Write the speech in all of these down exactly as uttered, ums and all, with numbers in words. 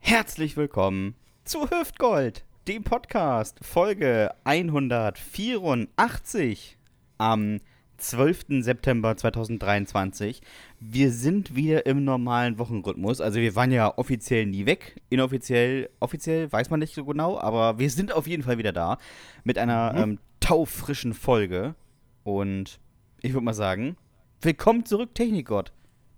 Herzlich willkommen zu Hüftgold, dem Podcast, Folge hundertvierundachtzig am zwölften September zweitausenddreiundzwanzig. Wir sind wieder im normalen Wochenrhythmus, also wir waren ja offiziell nie weg, inoffiziell, offiziell weiß man nicht so genau, aber wir sind auf jeden Fall wieder da mit einer mhm. ähm, taufrischen Folge und ich würde mal sagen, willkommen zurück, Technikgott.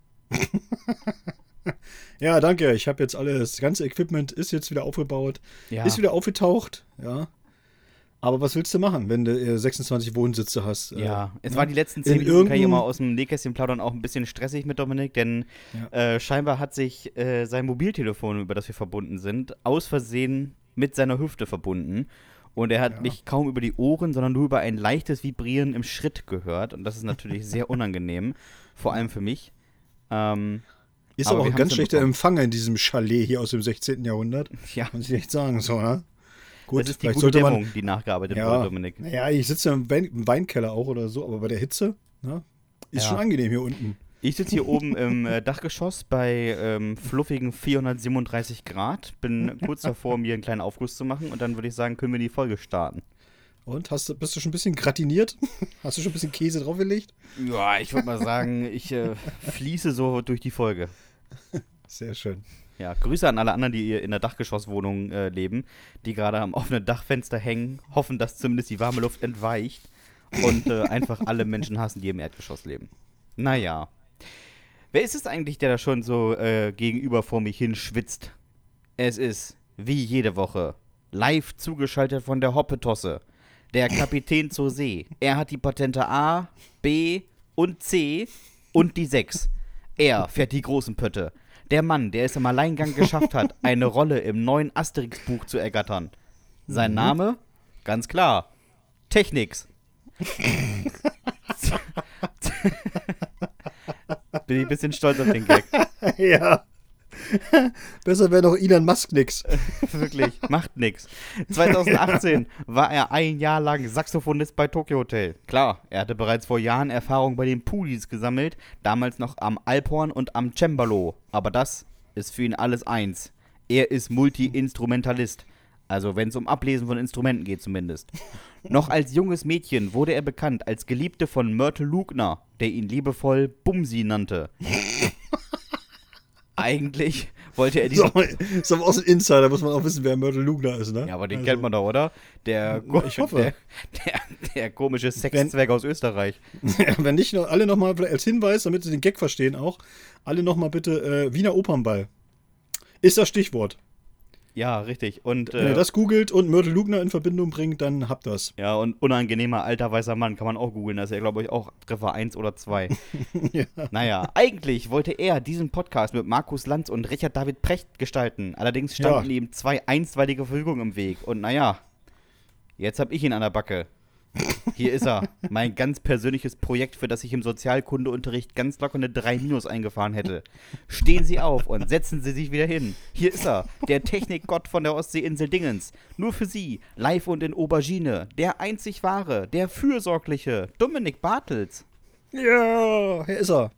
Ja, danke. Ich habe jetzt alles, das ganze Equipment ist jetzt wieder aufgebaut, Ja. ist wieder aufgetaucht, ja. Aber was willst du machen, wenn du äh, sechsundzwanzig Wohnsitze hast? Ja, äh, es ne? war die letzten zehn In Minuten, kann ich irgendeinem- immer aus dem Nähkästchen plaudern, auch ein bisschen stressig mit Dominik, denn Ja. äh, scheinbar hat sich äh, sein Mobiltelefon, über das wir verbunden sind, aus Versehen mit seiner Hüfte verbunden. Und er hat Ja. mich kaum über die Ohren, sondern nur über ein leichtes Vibrieren im Schritt gehört. Und das ist natürlich sehr unangenehm, vor allem für mich. Ähm, Ist aber aber auch wir ein ganz haben's schlechter hinbekommen. Empfang in diesem Chalet hier aus dem sechzehnten. Jahrhundert. ja, Muss ich echt sagen, so, ne? Gut, das ist die vielleicht gute sollte Dämmung, man. die nachgearbeitet Ja, wurde, Dominik. naja, ich sitze im Wein, im Weinkeller auch oder so, aber bei der Hitze, ne? Ist Ja. schon angenehm hier unten. Ich sitze hier oben im äh, Dachgeschoss bei ähm, fluffigen vierhundertsiebenunddreißig Grad. Bin kurz davor, mir einen kleinen Aufguss zu machen und dann würde ich sagen, können wir die Folge starten. Und hast, du- bist du schon ein bisschen gratiniert? Hast du schon ein bisschen Käse draufgelegt? Ja, ich würde mal sagen, ich äh, fließe so durch die Folge. Sehr schön. Ja, Grüße an alle anderen, die in der Dachgeschosswohnung äh, leben, die gerade am offenen Dachfenster hängen, hoffen, dass zumindest die warme Luft entweicht und äh, einfach alle Menschen hassen, die im Erdgeschoss leben. Naja. Wer ist es eigentlich, der da schon so äh, gegenüber vor mich hinschwitzt? Es ist, wie jede Woche, live zugeschaltet von der Hoppetosse, der Kapitän zur See. Er hat die Patente A, B und C und die sechs. Er fährt die großen Pötte. Der Mann, der es im Alleingang geschafft hat, eine Rolle im neuen Asterix-Buch zu ergattern. Sein Name? Ganz klar. Technics. Bin ich ein bisschen stolz auf den Gag. Ja. Besser wäre doch Elon Musk nix. Wirklich, macht nix. zweitausendachtzehn war er ein Jahr lang Saxophonist bei Tokyo Hotel. Klar, er hatte bereits vor Jahren Erfahrung bei den Pulis gesammelt, damals noch am Alphorn und am Cembalo. Aber das ist für ihn alles eins. Er ist Multi-Instrumentalist. Also wenn es um Ablesen von Instrumenten geht zumindest. Noch als junges Mädchen wurde er bekannt als Geliebte von Myrtle Lugner, der ihn liebevoll Bumsi nannte. Eigentlich wollte er diese... So, ist aber auch so ein Insider, muss man auch wissen, wer Myrtle Lugner ist, ne? Ja, aber den Also, kennt man doch, oder? Der, Ich hoffe. Der, der, der komische Sexzwerg aus Österreich. Wenn nicht, noch, alle nochmal als Hinweis, damit Sie den Gag verstehen auch, alle nochmal bitte äh, Wiener Opernball. Ist das Stichwort. Ja, richtig. Und, Wenn ihr äh, das googelt und Myrtle Lugner in Verbindung bringt, dann habt das. ja, und unangenehmer alter weißer Mann kann man auch googeln. Das ist ja, glaube ich, auch Treffer eins oder zwei. Ja. Naja, eigentlich wollte er diesen Podcast mit Markus Lanz und Richard David Precht gestalten. Allerdings standen Ja. ihm zwei einstweilige Verfügungen im Weg. Und naja, jetzt habe ich ihn an der Backe. Hier ist er. Mein ganz persönliches Projekt, für das ich im Sozialkundeunterricht ganz locker eine drei minus eingefahren hätte. Stehen Sie auf und setzen Sie sich wieder hin. Hier ist er, der Technikgott von der Ostseeinsel Dingens. Nur für Sie, live und in Aubergine. Der einzig wahre, der fürsorgliche Dominik Bartels. Ja, hier ist er.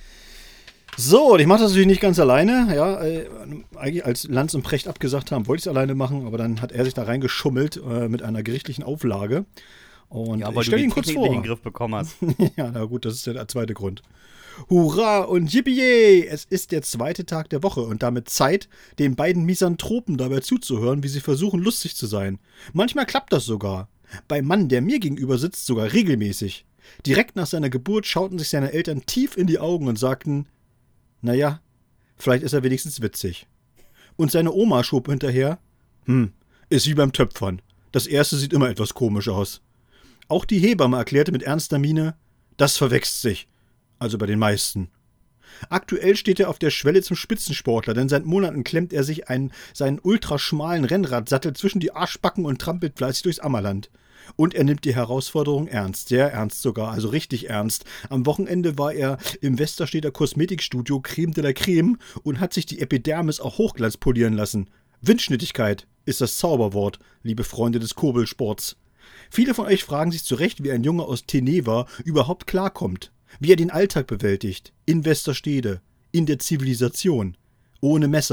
So, und ich mache das natürlich nicht ganz alleine. Ja, äh, eigentlich als Lanz und Precht abgesagt haben, wollte ich es alleine machen, aber dann hat er sich da reingeschummelt äh, mit einer gerichtlichen Auflage. Und Ja, weil ich du stelle die ihn kurz Technik nicht in vor. den Griff bekommen hast. Ja, na gut, das ist ja der zweite Grund. Hurra und yippie! Es ist der zweite Tag der Woche und damit Zeit, den beiden Misanthropen dabei zuzuhören, wie sie versuchen, lustig zu sein. Manchmal klappt das sogar. Beim Mann, der mir gegenüber sitzt, sogar regelmäßig. Direkt nach seiner Geburt schauten sich seine Eltern tief in die Augen und sagten, naja, vielleicht ist er wenigstens witzig. Und seine Oma schob hinterher, hm, ist wie beim Töpfern. Das erste sieht immer etwas komisch aus. Auch die Hebamme erklärte mit ernster Miene, das verwechselt sich. Also bei den meisten. Aktuell steht er auf der Schwelle zum Spitzensportler, denn seit Monaten klemmt er sich einen, seinen ultraschmalen Rennradsattel zwischen die Arschbacken und trampelt fleißig durchs Ammerland. Und er nimmt die Herausforderung ernst, sehr ernst sogar, also richtig ernst. Am Wochenende war er im Westerstedter Kosmetikstudio Creme de la Creme und hat sich die Epidermis auch Hochglanz polieren lassen. Windschnittigkeit ist das Zauberwort, liebe Freunde des Kurbelsports. Viele von euch fragen sich zu Recht, wie ein Junge aus Teneva überhaupt klarkommt. Wie er den Alltag bewältigt. In Westerstede. In der Zivilisation. Ohne Messer.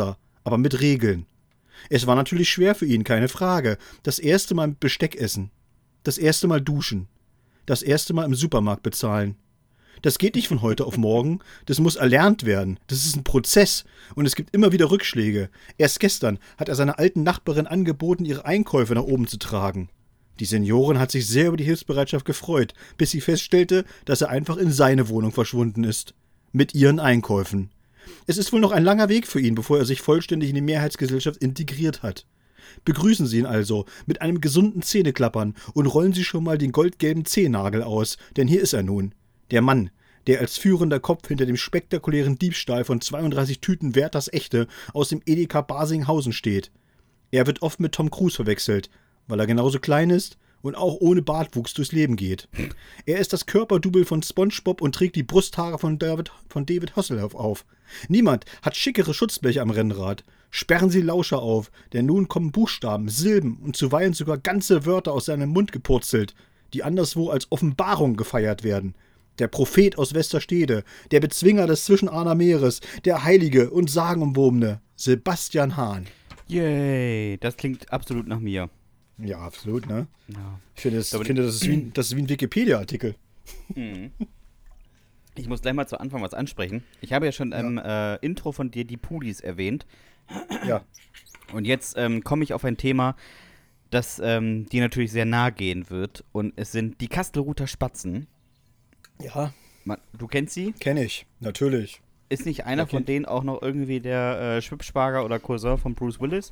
aber mit Regeln. Es war natürlich schwer für ihn, keine Frage. Das erste Mal mit Besteck essen. Das erste Mal duschen. Das erste Mal im Supermarkt bezahlen. Das geht nicht von heute auf morgen. Das muss erlernt werden. Das ist ein Prozess. Und es gibt immer wieder Rückschläge. Erst gestern hat er seiner alten Nachbarin angeboten, ihre Einkäufe nach oben zu tragen. Die Seniorin hat sich sehr über die Hilfsbereitschaft gefreut, bis sie feststellte, dass er einfach in seine Wohnung verschwunden ist. Mit ihren Einkäufen. Es ist wohl noch ein langer Weg für ihn, bevor er sich vollständig in die Mehrheitsgesellschaft integriert hat. Begrüßen Sie ihn also mit einem gesunden Zähneklappern und rollen Sie schon mal den goldgelben Zehennagel aus, denn hier ist er nun. Der Mann, der als führender Kopf hinter dem spektakulären Diebstahl von zweiunddreißig Tüten Werthers Echte aus dem Edeka Basinghausen steht. Er wird oft mit Tom Cruise verwechselt, weil er genauso klein ist und auch ohne Bartwuchs durchs Leben geht. Er ist das Körperdouble von SpongeBob und trägt die Brusthaare von David, von David Hasselhoff auf. Niemand hat schickere Schutzbleche am Rennrad. Sperren Sie Lauscher auf, denn nun kommen Buchstaben, Silben und zuweilen sogar ganze Wörter aus seinem Mund gepurzelt, die anderswo als Offenbarung gefeiert werden. Der Prophet aus Westerstede, der Bezwinger des Zwischenahner Meeres, der Heilige und Sagenumwobene, Sebastian Hahn. Yay, das klingt absolut nach mir. Ja, absolut, ne? Ja. Ich finde, das, finde das, ist wie, ein- das ist wie ein Wikipedia-Artikel. Mhm. Ich muss gleich mal zu Anfang was ansprechen. Ich habe ja schon im äh, Intro von dir die Pulis erwähnt. Ja. Und jetzt ähm, komme ich auf ein Thema, das ähm, dir natürlich sehr nahe gehen wird. Und es sind die Kastelruther Spatzen. Ja, Ma- Du kennst sie? kenne ich, natürlich. Ist nicht einer Ja, von kenn- denen auch noch irgendwie der äh, Schwippschwager oder Cousin von Bruce Willis?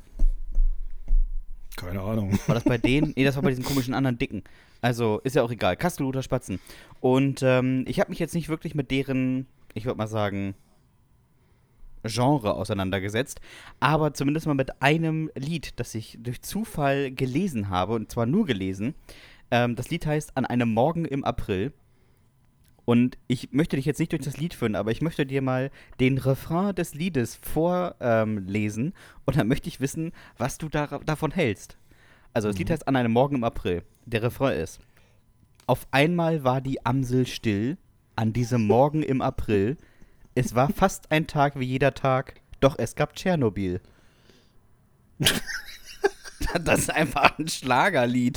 Keine Ahnung. War das bei denen? Nee, das war bei diesen komischen anderen Dicken. Also, ist ja auch egal. Kastelruther Spatzen. Und ähm, ich habe mich jetzt nicht wirklich mit deren, ich würde mal sagen, Genre auseinandergesetzt, aber zumindest mal mit einem Lied, das ich durch Zufall gelesen habe, und zwar nur gelesen. Ähm, das Lied heißt An einem Morgen im April. Und ich möchte dich jetzt nicht durch das Lied führen, aber ich möchte dir mal den Refrain des Liedes vorlesen ähm, lesen, und dann möchte ich wissen, was du da, davon hältst. Also das Lied heißt An einem Morgen im April. Der Refrain ist: Auf einmal war die Amsel still, an diesem Morgen im April. Es war fast ein Tag wie jeder Tag, doch es gab Tschernobyl. Das ist einfach ein Schlagerlied.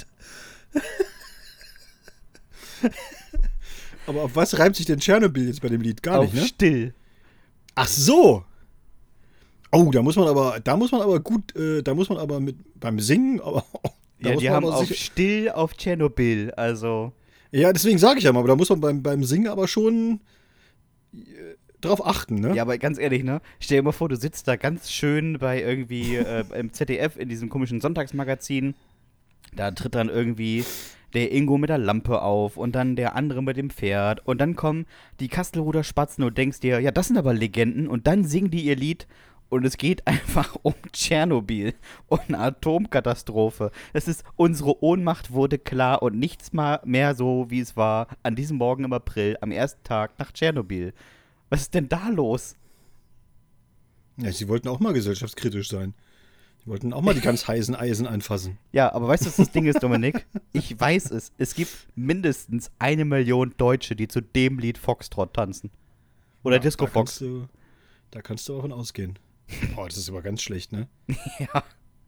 Aber auf was reimt sich denn Tschernobyl jetzt bei dem Lied? Gar Auf nicht, ne? still. Ach so. Oh, da muss man aber, da muss man aber gut, äh, da muss man aber mit beim Singen, aber da Ja, muss die man haben aber auf sicher- still auf Tschernobyl, also. Ja, deswegen sage ich ja mal, aber da muss man beim, beim Singen aber schon äh, drauf achten, ne? Ja, aber ganz ehrlich, ne? Stell dir mal vor, du sitzt da ganz schön bei irgendwie äh, im Z D F in diesem komischen Sonntagsmagazin. Da tritt dann irgendwie der Ingo mit der Lampe auf und dann der andere mit dem Pferd. Und dann kommen die Kastelruther Spatzen und denkst dir, ja, das sind aber Legenden. Und dann singen die ihr Lied und es geht einfach um Tschernobyl und eine Atomkatastrophe. Es ist, unsere Ohnmacht wurde klar und nichts mal mehr so, wie es war an diesem Morgen im April, am ersten Tag nach Tschernobyl. Was ist denn da los? Ja, sie wollten auch mal gesellschaftskritisch sein. Die wollten auch mal die ganz heißen Eisen anfassen. Ja, aber weißt du, was das Ding ist, Dominik? Ich weiß es. Es gibt mindestens eine Million Deutsche, die zu dem Lied Foxtrot tanzen. Oder Ja, Disco da Fox. kannst du, da kannst du auch von ausgehen. Boah, das ist aber ganz schlecht, ne? Ja.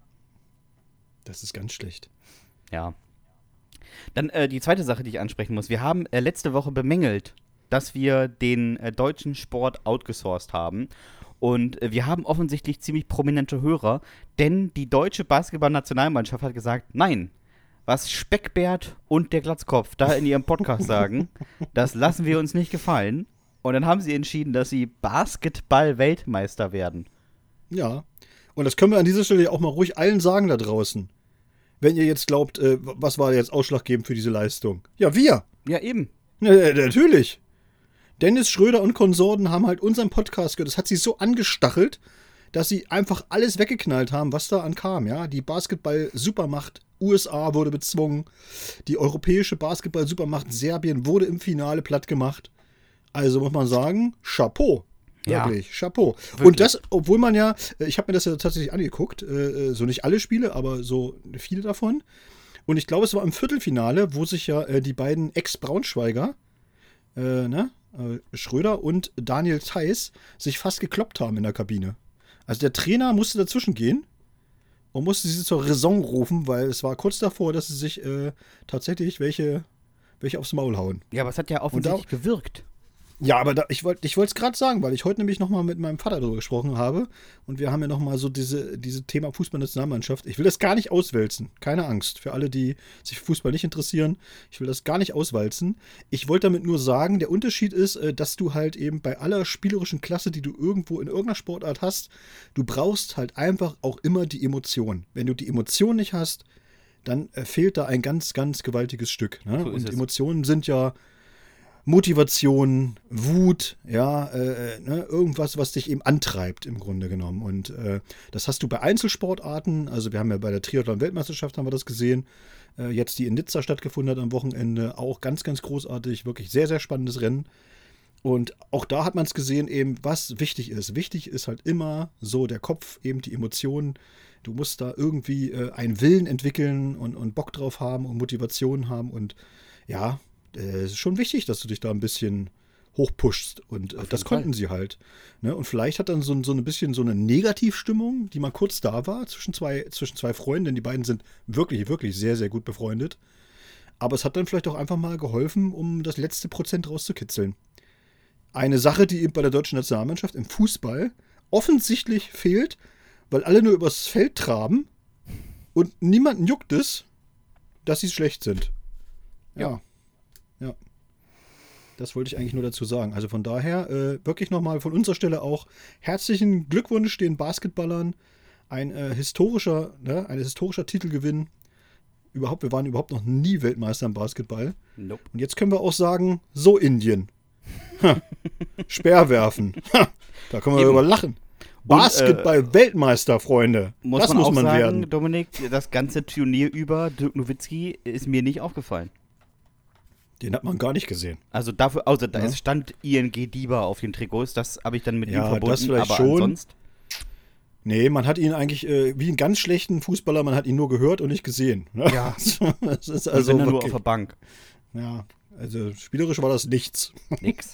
Das ist ganz schlecht. Ja. Dann äh, die zweite Sache, die ich ansprechen muss. Wir haben äh, letzte Woche bemängelt, dass wir den äh, deutschen Sport outgesourced haben. Und äh, wir haben offensichtlich ziemlich prominente Hörer, denn die deutsche Basketballnationalmannschaft hat gesagt, nein, was Speckbert und der Glatzkopf da in ihrem Podcast sagen, das lassen wir uns nicht gefallen. Und dann haben sie entschieden, dass sie Basketball-Weltmeister werden. Ja. Und das können wir an dieser Stelle auch mal ruhig allen sagen da draußen. Wenn ihr jetzt glaubt, äh, was war jetzt ausschlaggebend für diese Leistung? Ja, wir. Ja, eben. Ja, ja, natürlich. Dennis Schröder und Konsorten haben halt unseren Podcast gehört. Das hat sie so angestachelt, dass sie einfach alles weggeknallt haben, was da ankam. Ja? Die Basketball-Supermacht U S A wurde bezwungen. Die europäische Basketball-Supermacht Serbien wurde im Finale plattgemacht. Also muss man sagen, Chapeau. Ja. Wirklich, Chapeau. Wirklich. Und das, obwohl man ja, ich habe mir das ja tatsächlich angeguckt, äh, so nicht alle Spiele, aber so viele davon. Und ich glaube, es war im Viertelfinale, wo sich ja äh, die beiden Ex-Braunschweiger, äh, ne, äh, Schröder und Daniel Theiss, sich fast gekloppt haben in der Kabine. Also der Trainer musste dazwischen gehen und musste sie zur Raison rufen, weil es war kurz davor, dass sie sich äh, tatsächlich welche, welche aufs Maul hauen. Ja, aber es hat ja offensichtlich da, gewirkt. Ja, aber da, ich wollte ich es gerade sagen, weil ich heute nämlich nochmal mit meinem Vater darüber gesprochen habe und wir haben ja nochmal so diese, diese Thema Fußballnationalmannschaft. Ich will das gar nicht auswälzen, keine Angst. Für alle, die sich für Fußball nicht interessieren, ich will das gar nicht auswalzen. Ich wollte damit nur sagen, der Unterschied ist, dass du halt eben bei aller spielerischen Klasse, die du irgendwo in irgendeiner Sportart hast, du brauchst halt einfach auch immer die Emotion. Wenn du die Emotion nicht hast, dann fehlt da ein ganz, ganz gewaltiges Stück. Ne? So ist und es. Emotionen sind ja Motivation, Wut, ja, äh, ne, irgendwas, was dich eben antreibt im Grunde genommen. Und äh, das hast du bei Einzelsportarten, also wir haben ja bei der Triathlon-Weltmeisterschaft haben wir das gesehen, äh, jetzt die in Nizza stattgefunden hat am Wochenende, auch ganz, ganz großartig, wirklich sehr, sehr spannendes Rennen. Und auch da hat man es gesehen, eben, was wichtig ist. Wichtig ist halt immer so der Kopf, eben die Emotionen. Du musst da irgendwie äh, einen Willen entwickeln und, und Bock drauf haben und Motivation haben und ja, es ist schon wichtig, dass du dich da ein bisschen hochpushst. Und äh, das konnten sie halt. Ne? Und vielleicht hat dann so, so ein bisschen so eine Negativstimmung, die mal kurz da war, zwischen zwei, zwischen zwei Freunden, denn die beiden sind wirklich, wirklich sehr, sehr gut befreundet. Aber es hat dann vielleicht auch einfach mal geholfen, um das letzte Prozent rauszukitzeln. Eine Sache, die eben bei der deutschen Nationalmannschaft im Fußball offensichtlich fehlt, weil alle nur übers Feld traben und niemanden juckt es, dass sie schlecht sind. Ja. ja. Ja, das wollte ich eigentlich nur dazu sagen. Also von daher äh, wirklich nochmal von unserer Stelle auch herzlichen Glückwunsch den Basketballern. Ein äh, historischer, ne, ein historischer Titelgewinn. Überhaupt, wir waren überhaupt noch nie Weltmeister im Basketball. Nope. Und jetzt können wir auch sagen, so Indien. Ha, Speer werfen. Ha, da können wir Eben. drüber lachen. Basketball-Weltmeister, äh, Freunde. Muss das man muss auch man sagen, werden. Dominik, das ganze Turnier über, Dirk Nowitzki, ist mir nicht aufgefallen. Den hat man gar nicht gesehen. Also dafür, außer da Ja. es stand I N G Diba auf den Trikots, das habe ich dann mit Ja, ihm verbunden, das vielleicht aber schon. ansonsten. Nee, man hat ihn eigentlich, äh, wie einen ganz schlechten Fußballer, man hat ihn nur gehört und nicht gesehen. Ja. Das ist Also also wenn er nur wirklich, auf der Bank. ja, also spielerisch war das nichts. Nix.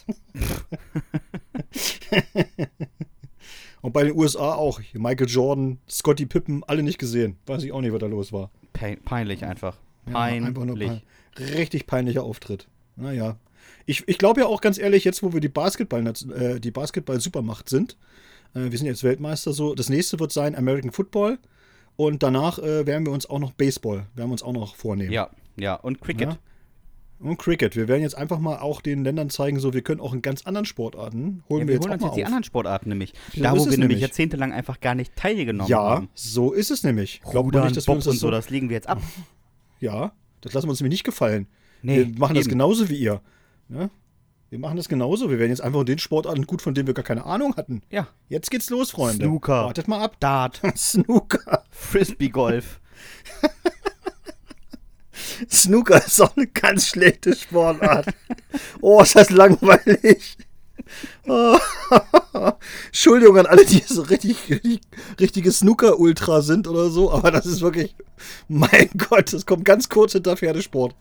Und bei den U S A auch. Michael Jordan, Scottie Pippen, alle nicht gesehen. Weiß ich auch nicht, was da los war. Pein peinlich einfach. Ja, Peinlich. einfach nur pein richtig peinlicher Auftritt. Naja. Ich, ich glaube ja auch ganz ehrlich, jetzt wo wir die Basketball, äh, die Basketball-Supermacht sind, äh, wir sind jetzt Weltmeister, so, das nächste wird sein American Football und danach äh, werden wir uns auch noch Baseball, werden wir uns auch noch vornehmen. Ja, ja. Und Cricket. Ja? Und Cricket. Wir werden jetzt einfach mal auch den Ländern zeigen, so wir können auch in ganz anderen Sportarten, holen Ja, wir wir jetzt holen auch uns mal jetzt die auf. anderen Sportarten nämlich. So da, ist wo es wir nämlich nämlich. jahrzehntelang einfach gar nicht teilgenommen Ja, haben. so ist es nämlich. Glaubt man Rudern, nicht, dass wir Bob uns und das so, so, das legen wir jetzt ab. ja, das lassen wir uns nämlich nicht gefallen. Nee, wir machen das eben. genauso wie ihr. Ja? Wir machen das genauso. Wir werden jetzt einfach in den Sportarten gut, von denen wir gar keine Ahnung hatten. Ja. Jetzt geht's los, Freunde. Snooker. Wartet mal ab. Dart, Snooker. Frisbee-Golf. Snooker ist auch eine ganz schlechte Sportart. Oh, ist das langweilig. Oh. Entschuldigung an alle, die so richtig, richtig richtige Snooker-Ultra sind oder so, aber das ist wirklich, mein Gott, das kommt ganz kurz hinter Pferdesport.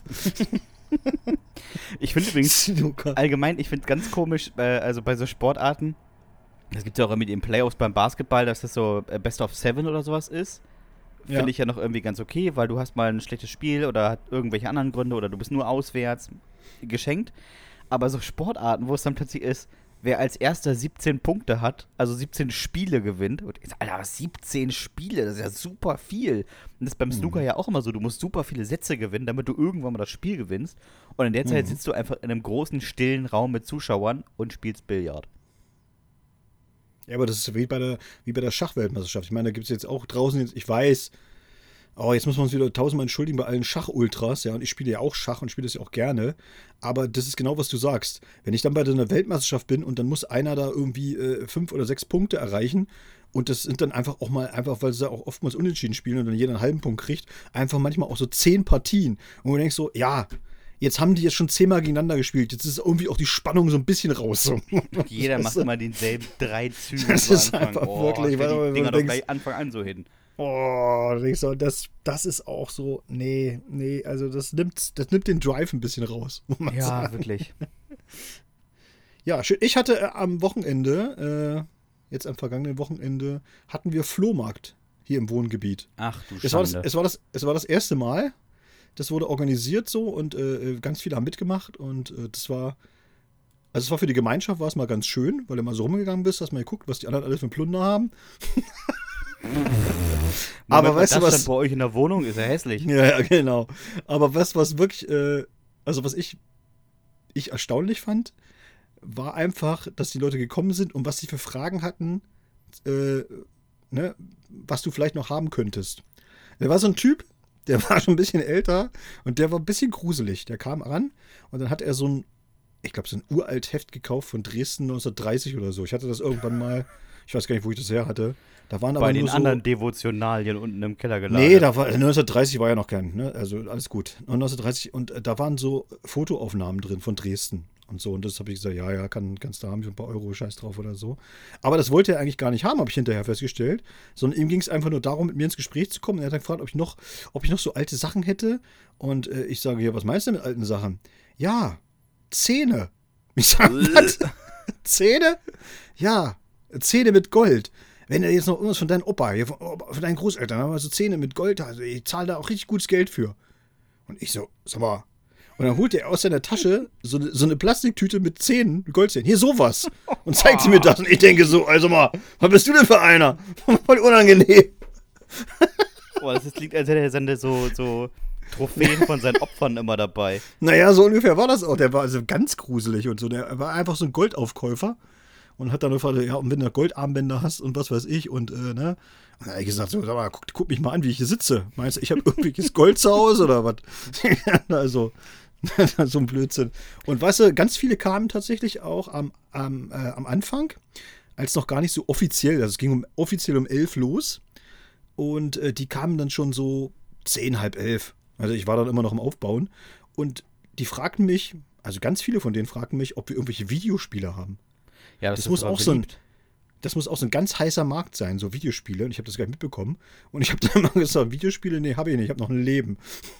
Ich finde übrigens, Snooker. allgemein, ich finde es ganz komisch, äh, also bei so Sportarten, das gibt es ja auch immer in den Playoffs beim Basketball, dass das so äh, Best of Seven oder sowas ist. Finde Ja. ich ja noch irgendwie ganz okay, weil du hast mal ein schlechtes Spiel oder hat irgendwelche anderen Gründe oder du bist nur auswärts geschenkt. Aber so Sportarten, wo es dann plötzlich ist, wer als erster siebzehn Punkte hat, also siebzehn Spiele gewinnt. Und ich sag, Alter, siebzehn Spiele, das ist ja super viel. Und das ist beim Snooker Mhm. ja auch immer so, du musst super viele Sätze gewinnen, damit du irgendwann mal das Spiel gewinnst. Und in der Zeit Mhm. sitzt du einfach in einem großen, stillen Raum mit Zuschauern und spielst Billard. Ja, aber das ist wie bei der, wie bei der Schachweltmeisterschaft. Ich meine, da gibt es jetzt auch draußen, jetzt, ich weiß, oh, jetzt muss man uns wieder tausendmal entschuldigen bei allen Schachultras, ja, und ich spiele ja auch Schach und spiele das ja auch gerne, aber das ist genau, was du sagst. Wenn ich dann bei einer Weltmeisterschaft bin und dann muss einer da irgendwie äh, fünf oder sechs Punkte erreichen und das sind dann einfach auch mal, einfach weil sie auch oftmals unentschieden spielen und dann jeder einen halben Punkt kriegt, einfach manchmal auch so zehn Partien und du denkst so, ja, jetzt haben die jetzt schon zehnmal gegeneinander gespielt, jetzt ist irgendwie auch die Spannung so ein bisschen raus. So. Jeder macht Das ist- immer denselben drei Züge Das zu ist Anfang. einfach oh, wirklich, stell weil du die Dinger doch denkst- gleich Anfang an so hin. Oh, da denk ich so, das, das ist auch so, nee, nee, also das nimmt, das nimmt den Drive ein bisschen raus. muss man Ja, sagen. wirklich. Ja, schön. Ich hatte äh, am Wochenende, jetzt am vergangenen Wochenende, hatten wir Flohmarkt hier im Wohngebiet. Ach du Es war, das, Schande. es, war das, es war das erste Mal. Das wurde organisiert so und äh, ganz viele haben mitgemacht und äh, das war, also es war für die Gemeinschaft war es mal ganz schön, weil du mal so rumgegangen bist, hast mal geguckt, was die anderen alles für Plunder haben. Aber Moment mal, weißt du das was? stand bei euch in der Wohnung ist ja hässlich. Ja, ja, genau. Aber was, was wirklich, äh, also was ich, ich erstaunlich fand, war einfach, dass die Leute gekommen sind und was sie für Fragen hatten, äh, ne, was du vielleicht noch haben könntest. Da war so ein Typ, der war schon ein bisschen älter und der war ein bisschen gruselig. Der kam ran und dann hat er so ein, ich glaube, so ein uralt Heft gekauft von Dresden neunzehnhundertdreißig oder so. Ich hatte das irgendwann mal, ich weiß gar nicht, wo ich das her hatte. Da waren aber Bei nur den so, anderen Devotionalien unten im Keller gelagert. nee, da war neunzehnhundertdreißig war ja noch kein, ne? Also alles gut. Und neunzehnhundertdreißig und äh, da waren so Fotoaufnahmen drin von Dresden und so. Und das habe ich gesagt, ja, ja, kann, kannst du haben, für ein paar Euro Scheiß drauf oder so. Aber das wollte er eigentlich gar nicht haben, habe ich hinterher festgestellt. Sondern ihm ging es einfach nur darum, mit mir ins Gespräch zu kommen. Und er hat dann gefragt, ob ich noch, ob ich noch so alte Sachen hätte. Und äh, ich sage, ja, was meinst du mit alten Sachen? Ja, Zähne. Ich sage, was? Zähne? Ja, Zähne mit Gold. Wenn du jetzt noch irgendwas von deinem Opa, hier von, von deinen Großeltern, haben wir so Zähne mit Gold, also ich zahle da auch richtig gutes Geld für. Und ich so, sag mal. Und dann holt er aus seiner Tasche so eine, so eine Plastiktüte mit Zähnen, mit Goldzähnen. Hier, sowas. Und zeigt mir das. Und ich denke so, also mal, was bist du denn für einer? Voll unangenehm. Boah, das klingt, als hätte er seine so, so Trophäen von seinen Opfern immer dabei. Naja, so ungefähr war das auch. Der war also ganz gruselig und so. Der war einfach so ein Goldaufkäufer. Und hat dann gefragt, ja, und wenn du Goldarmbänder hast und was weiß ich und, äh, ne? Und dann habe ich gesagt, so, sag mal, guck, guck mich mal an, wie ich hier sitze. Meinst du, ich habe irgendwelches Gold zu Hause oder was? Also, so ein Blödsinn. Und weißt du, ganz viele kamen tatsächlich auch am, am, äh, am Anfang, als noch gar nicht so offiziell, also es ging um, offiziell um elf los. Und äh, die kamen dann schon so zehn, halb elf. Also ich war dann immer noch im Aufbauen. Und die fragten mich, also ganz viele von denen fragten mich, ob wir irgendwelche Videospiele haben. Ja, Das muss auch so ein, das muss auch so ein ganz heißer Markt sein, so Videospiele. Und ich habe das gar nicht mitbekommen. Und ich habe dann mal gesagt, Videospiele, nee, habe ich nicht. Ich habe noch ein Leben.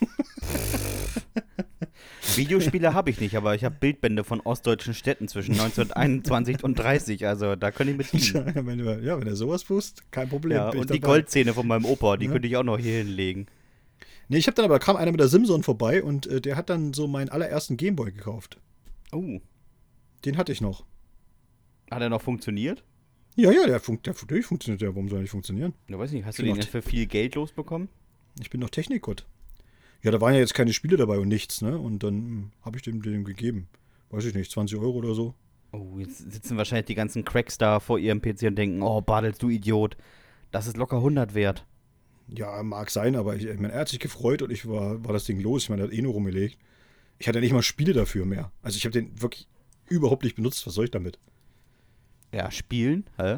Videospiele habe ich nicht, aber ich habe Bildbände von ostdeutschen Städten zwischen neunzehnhunderteinundzwanzig und dreißig. Also da könnte ich mit dienen. Ja, wenn du, ja, wenn du sowas tust, kein Problem. Ja, bin ich und die dabei. Goldzähne von meinem Opa, die Ja. könnte ich auch noch hier hinlegen. Nee, ich habe dann aber, da kam einer mit der Simson vorbei und äh, der hat dann so meinen allerersten Gameboy gekauft. Oh, Den hatte ich noch. hat er noch funktioniert? Ja, ja, der, fun der, der funktioniert ja. Warum soll er nicht funktionieren? Ja, weiß nicht, hast du Genau. den jetzt für viel Geld losbekommen? Ich bin doch Technikgott. Ja, da waren ja jetzt keine Spiele dabei und nichts, ne? Und dann habe ich dem dem gegeben. Weiß ich nicht, zwanzig Euro oder so. Oh, jetzt sitzen wahrscheinlich die ganzen Cracks da vor ihrem P C und denken, oh, Bartels, du Idiot. Das ist locker hundert wert. Ja, mag sein, aber ich, ich meine, er hat sich gefreut und ich war, war das Ding los. Ich meine, er hat eh nur rumgelegt. Ich hatte nicht mal Spiele dafür mehr. Also ich habe den wirklich überhaupt nicht benutzt. Was soll ich damit? Ja, spielen, hä?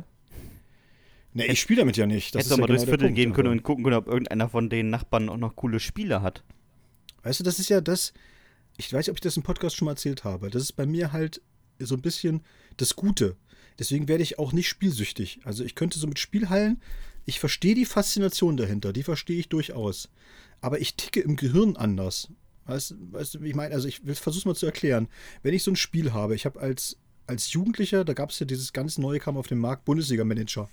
Ne, ich spiele damit ja nicht. Das Hättest du ist mal ja durchs genau der Viertel Punkt, gehen können aber- und gucken können, ob irgendeiner von den Nachbarn auch noch coole Spiele hat. Weißt du, das ist ja das, ich weiß nicht, ob ich das im Podcast schon mal erzählt habe. Das ist bei mir halt so ein bisschen das Gute. Deswegen werde ich auch nicht spielsüchtig. Also ich könnte so mit Spielhallen, ich verstehe die Faszination dahinter, die verstehe ich durchaus. Aber ich ticke im Gehirn anders. Weißt, weißt du, wie ich meine? Also ich versuche es mal zu erklären. Wenn ich so ein Spiel habe, ich habe als, als Jugendlicher, da gab es ja dieses ganz neue, kam auf den Markt, Bundesliga-Manager.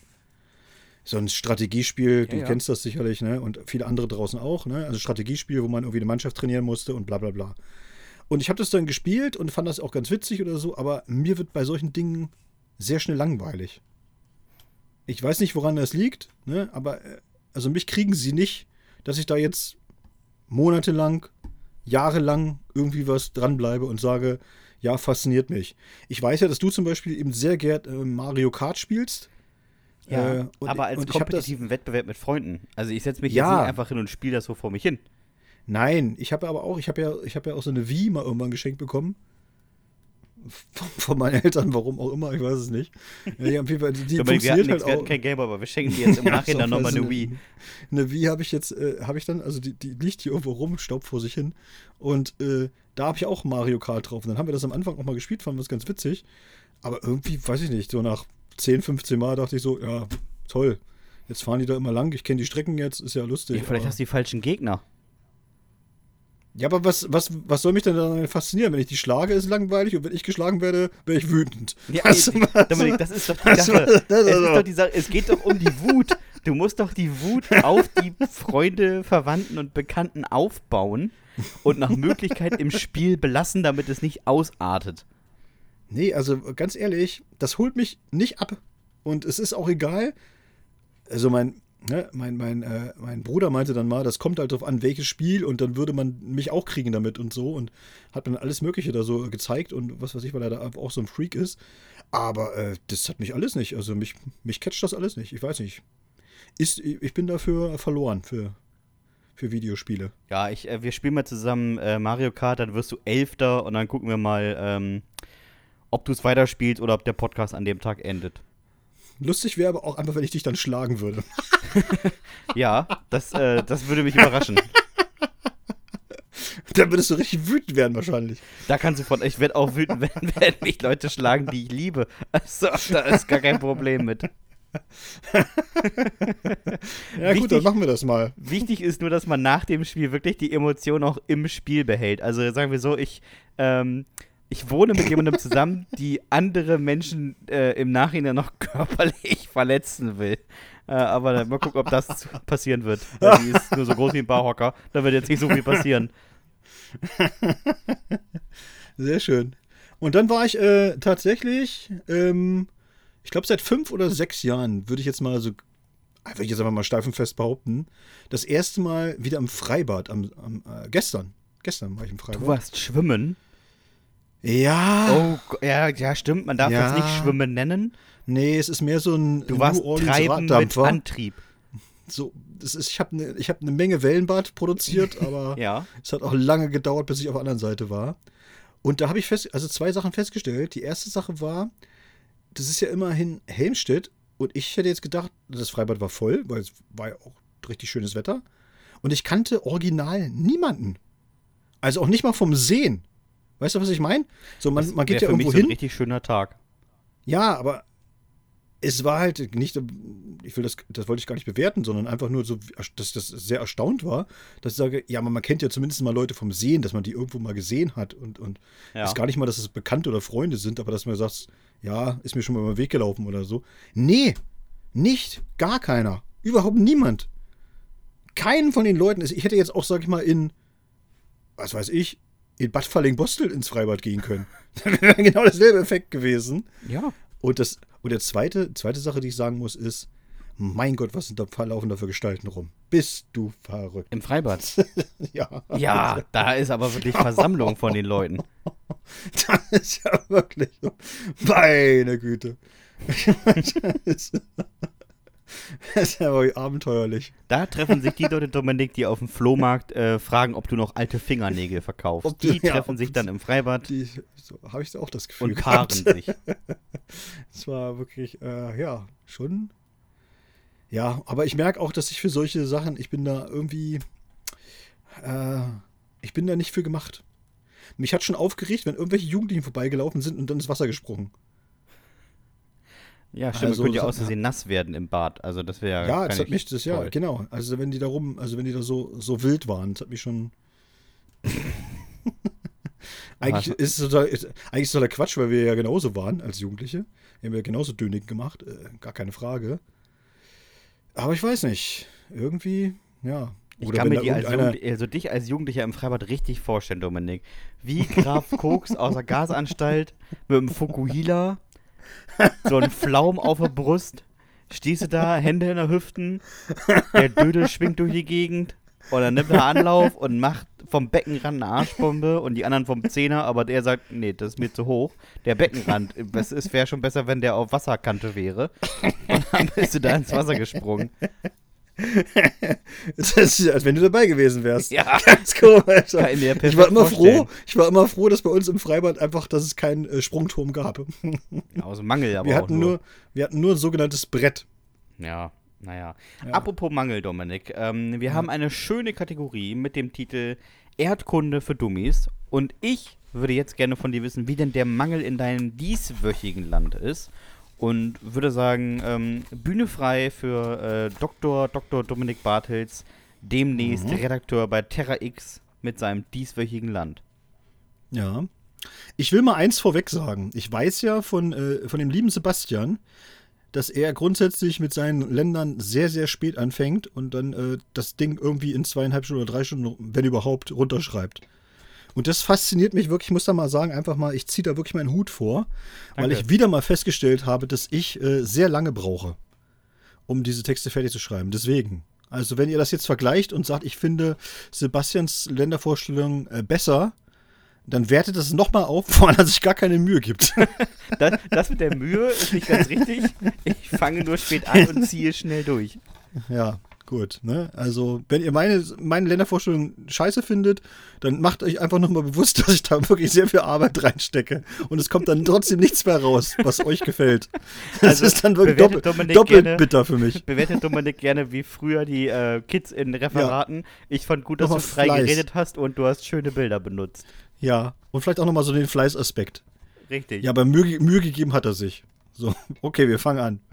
So ein Strategiespiel, Ja, du ja. kennst das sicherlich, ne? Und viele andere draußen auch, ne? Also Strategiespiel, wo man irgendwie eine Mannschaft trainieren musste und bla bla bla. Und ich habe das dann gespielt und fand das auch ganz witzig oder so, aber mir wird bei solchen Dingen sehr schnell langweilig. Ich weiß nicht, woran das liegt, ne? Aber äh, also mich kriegen sie nicht, dass ich da jetzt monatelang, jahrelang irgendwie was dranbleibe und sage, ja, fasziniert mich. Ich weiß ja, dass du zum Beispiel eben sehr gern äh, Mario Kart spielst. Ja, Äh, und- aber als und ich hab das- kompetitiven Wettbewerb mit Freunden. Also ich setze mich Ja. jetzt nicht einfach hin und spiele das so vor mich hin. Nein, ich habe aber auch, ich habe ja, ich habe ja auch so eine Wii mal irgendwann geschenkt bekommen. Von, von meinen Eltern, warum auch immer, ich weiß es nicht. Ja, die, auf jeden Fall, die, die Ich meine, wir, hatten funktioniert nichts, halt wir hatten auch. kein Game, aber wir schenken dir jetzt im Ja, Nachhinein so, nochmal also eine Wii. Eine Wii habe ich jetzt, äh, habe ich dann, also die, die liegt hier irgendwo rum, staubt vor sich hin. Und äh, da habe ich auch Mario Kart drauf. Und dann haben wir das am Anfang auch mal gespielt, fanden wir es ganz witzig. Aber irgendwie, weiß ich nicht, so nach zehn, fünfzehn Mal dachte ich so, ja, toll. Jetzt fahren die da immer lang, ich kenne die Strecken jetzt, ist ja lustig. Ja, vielleicht aber- hast du die falschen Gegner. Ja, aber was, was, was soll mich denn daran faszinieren? Wenn ich die schlage, ist langweilig und wenn ich geschlagen werde, wäre ich wütend. Ja, Was- ey, was- Dominik, das ist doch die was- Sache. das Es, ist ist doch- doch die Sache. Es geht doch um die Wut. Du musst doch die Wut auf die Freunde, Verwandten und Bekannten aufbauen und nach Möglichkeit im Spiel belassen, damit es nicht ausartet. Nee, also ganz ehrlich, das holt mich nicht ab. Und es ist auch egal. Also mein, ne, mein, mein, äh, mein Bruder meinte dann mal, das kommt halt drauf an, welches Spiel und dann würde man mich auch kriegen damit und so und hat mir alles Mögliche da so gezeigt und was weiß ich, weil er da auch so ein Freak ist. Aber äh, das hat mich alles nicht. Also mich, mich catcht das alles nicht. Ich weiß nicht. Ist, ich bin dafür verloren für, für Videospiele. Ja, ich, äh, wir spielen mal zusammen äh, Mario Kart, dann wirst du Elfter und dann gucken wir mal, ähm, ob du es weiterspielst oder ob der Podcast an dem Tag endet. Lustig wäre aber auch einfach, wenn ich dich dann schlagen würde. Ja, das, äh, das würde mich überraschen. Dann würdest du richtig wütend werden wahrscheinlich. Da kannst du von, ich werde auch wütend, wenn, wenn mich Leute schlagen, die ich liebe. Also, da ist gar kein Problem mit. Ja gut, Wichtig- dann machen wir das mal. Wichtig ist nur, dass man nach dem Spiel wirklich die Emotion auch im Spiel behält. Also sagen wir so, ich, ähm, ich wohne mit jemandem zusammen, die andere Menschen äh, im Nachhinein noch körperlich verletzen will. Äh, aber dann mal gucken, ob das passieren wird. Weil die ist nur so groß wie ein Barhocker. Da wird jetzt nicht so viel passieren. Sehr schön. Und dann war ich äh, tatsächlich, ähm, ich glaube seit fünf oder sechs Jahren, würde ich jetzt mal so, würde ich jetzt einfach mal steif und fest behaupten, das erste Mal wieder im Freibad, am, am äh, gestern. Gestern war ich im Freibad. Du warst schwimmen. Ja. Oh, Go- ja, ja, stimmt. Man darf Ja. das nicht Schwimmen nennen. Nee, es ist mehr so ein Du warst New Orleans treiben mit Raddampfer. Antrieb. So, das ist, ich habe eine ich hab ne Menge Wellenbad produziert, aber Ja. es hat auch lange gedauert, bis ich auf der anderen Seite war. Und da habe ich fest, also zwei Sachen festgestellt. Die erste Sache war, das ist ja immerhin Helmstedt und ich hätte jetzt gedacht, das Freibad war voll, weil es war ja auch richtig schönes Wetter. Und ich kannte original niemanden. Also auch nicht mal vom Sehen. Weißt du, was ich meine? So, man, Das man geht wär ja für mich irgendwo so ein hin. richtig schöner Tag. Ja, aber es war halt nicht, ich will das, das wollte ich gar nicht bewerten, sondern einfach nur so, dass das sehr erstaunt war, dass ich sage, ja, man, man kennt ja zumindest mal Leute vom Sehen, dass man die irgendwo mal gesehen hat und, und Ja. ist gar nicht mal, dass es Bekannte oder Freunde sind, aber dass man sagt, ja, ist mir schon mal über den Weg gelaufen oder so. Nee, nicht, gar keiner, überhaupt niemand. Keinen von den Leuten, ich hätte jetzt auch, sag ich mal, in, was weiß ich, in Bad Falling-Bostel ins Freibad gehen können. Das wäre genau dasselbe Effekt gewesen. Ja. Und, das, und der zweite, zweite Sache, die ich sagen muss, ist, mein Gott, was sind da laufen da für Gestalten rum? Bist du verrückt? Im Freibad. Ja. Ja, da ist aber wirklich Versammlung von den Leuten. Das ist ja wirklich so. Meine Güte. Das ist, das ist ja wirklich abenteuerlich. Da treffen sich die Leute, Dominik, die auf dem Flohmarkt äh, fragen, ob du noch alte Fingernägel verkaufst. Ob du- Die ja, treffen ob sich dann im Freibad Die, so, habe ich auch das Gefühl und paaren gehabt. sich. Es war wirklich, äh, ja, schon. Ja, aber ich merke auch, dass ich für solche Sachen, ich bin da irgendwie, äh, ich bin da nicht für gemacht. Mich hat schon aufgeregt, wenn irgendwelche Jugendlichen vorbeigelaufen sind und dann ins Wasser gesprungen. Ja, stimmt, Also, man könnte ja das aus hat- Versehen nass werden im Bad. Also das wäre Ja, gar das hat nicht mich, das, ja, toll. genau. Also wenn die da rum, also wenn die da so, so wild waren, das hat mich schon. Eigentlich Was? ist es total, ist, eigentlich ist es totaler Quatsch, weil wir ja genauso waren als Jugendliche. Wir haben ja genauso Dönig gemacht, äh, gar keine Frage. Aber ich weiß nicht. Irgendwie, ja. Ich Oder kann wenn mir da die als irgendeiner- Jugend, also dich als Jugendlicher im Freibad richtig vorstellen, Dominik. Wie Graf Koks aus der Gasanstalt mit einem Fukuhila, so ein Pflaum auf der Brust, stehst du da, Hände in der Hüften, der Dödel schwingt durch die Gegend und dann nimmt er Anlauf und macht vom Beckenrand eine Arschbombe und die anderen vom Zehner, aber der sagt, nee, das ist mir zu hoch. Der Beckenrand, es wäre schon besser, wenn der auf Wasserkante wäre. Und dann bist du da ins Wasser gesprungen. Das ist, als wenn du dabei gewesen wärst. Ja. Ganz komisch. Kann ich mir Ich war perfekt immer vorstellen. froh, ich war immer froh, dass bei uns im Freibad einfach, dass es keinen äh, Sprungturm gab. Aus Mangel aber Wir auch hatten nur. nur, wir hatten nur ein sogenanntes Brett. Ja, naja. Ja. Apropos Mangel, Dominik. Ähm, wir haben eine schöne Kategorie mit dem Titel Erdkunde für Dummies. Und ich würde jetzt gerne von dir wissen, wie denn der Mangel in deinem dieswöchigen Land ist. Und würde sagen, ähm, Bühne frei für äh, Doktor Doktor Dominik Bartels, demnächst Mhm. Redakteur bei Terra X, mit seinem dieswöchigen Land. Ja. Ich will mal eins vorweg sagen. Ich weiß ja von, äh, von dem lieben Sebastian, dass er grundsätzlich mit seinen Ländern sehr, sehr spät anfängt und dann äh, das Ding irgendwie in zweieinhalb Stunden oder drei Stunden, wenn überhaupt, runterschreibt. Und das fasziniert mich wirklich, ich muss da mal sagen, einfach mal, ich ziehe da wirklich meinen Hut vor, weil Danke. ich wieder mal festgestellt habe, dass ich äh, sehr lange brauche, um diese Texte fertig zu schreiben. Deswegen. Also wenn ihr das jetzt vergleicht und sagt, ich finde Sebastians Ländervorstellung äh, besser, dann wertet das nochmal auf, woran er sich gar keine Mühe gibt. Das, das mit der Mühe ist nicht ganz richtig. Ich fange nur spät an und ziehe schnell durch. Ja, gut. Ne? Also, wenn ihr meine, meine Ländervorstellung scheiße findet, dann macht euch einfach nochmal bewusst, dass ich da wirklich sehr viel Arbeit reinstecke. Und es kommt dann trotzdem nichts mehr raus, was euch gefällt. Das Also, ist dann wirklich bewertet doppel, Dominik doppelt gerne- bitter für mich. Bewertet Dominik gerne wie früher die äh, Kids in Referaten. Ich fand gut, dass Nochmal du frei Fleiß. geredet hast und du hast schöne Bilder benutzt. Ja, und vielleicht auch nochmal so den Fleißaspekt. Richtig. Ja, aber Mühe, Mühe gegeben hat er sich. So, okay, wir fangen an.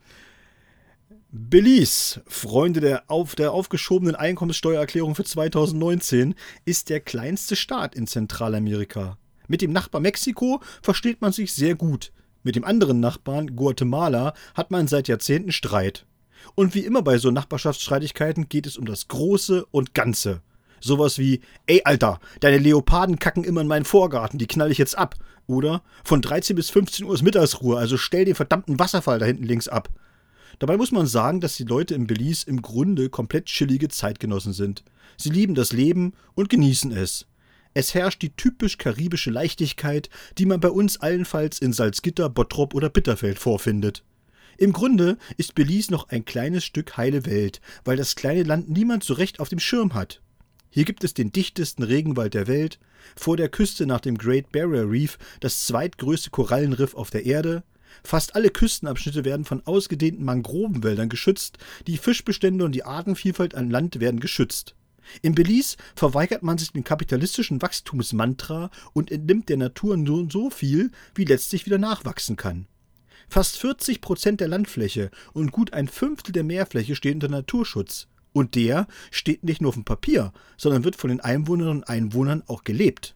Belize, Freunde der, auf, der aufgeschobenen Einkommenssteuererklärung für zweitausendneunzehn, ist der kleinste Staat in Zentralamerika. Mit dem Nachbar Mexiko versteht man sich sehr gut. Mit dem anderen Nachbarn, Guatemala, hat man seit Jahrzehnten Streit. Und wie immer bei so Nachbarschaftsstreitigkeiten geht es um das Große und Ganze. Sowas wie, ey Alter, deine Leoparden kacken immer in meinen Vorgarten, die knall ich jetzt ab. Oder, von dreizehn bis fünfzehn Uhr ist Mittagsruhe, also stell den verdammten Wasserfall da hinten links ab. Dabei muss man sagen, dass die Leute in Belize im Grunde komplett chillige Zeitgenossen sind. Sie lieben das Leben und genießen es. Es herrscht die typisch karibische Leichtigkeit, die man bei uns allenfalls in Salzgitter, Bottrop oder Bitterfeld vorfindet. Im Grunde ist Belize noch ein kleines Stück heile Welt, weil das kleine Land niemand so recht auf dem Schirm hat. Hier gibt es den dichtesten Regenwald der Welt, vor der Küste nach dem Great Barrier Reef das zweitgrößte Korallenriff auf der Erde. Fast alle Küstenabschnitte werden von ausgedehnten Mangrovenwäldern geschützt, die Fischbestände und die Artenvielfalt an Land werden geschützt. In Belize verweigert man sich dem kapitalistischen Wachstumsmantra und entnimmt der Natur nur so viel, wie letztlich wieder nachwachsen kann. Fast vierzig Prozent der Landfläche und gut ein Fünftel der Meerfläche stehen unter Naturschutz. Und der steht nicht nur auf dem Papier, sondern wird von den Einwohnerinnen und Einwohnern auch gelebt.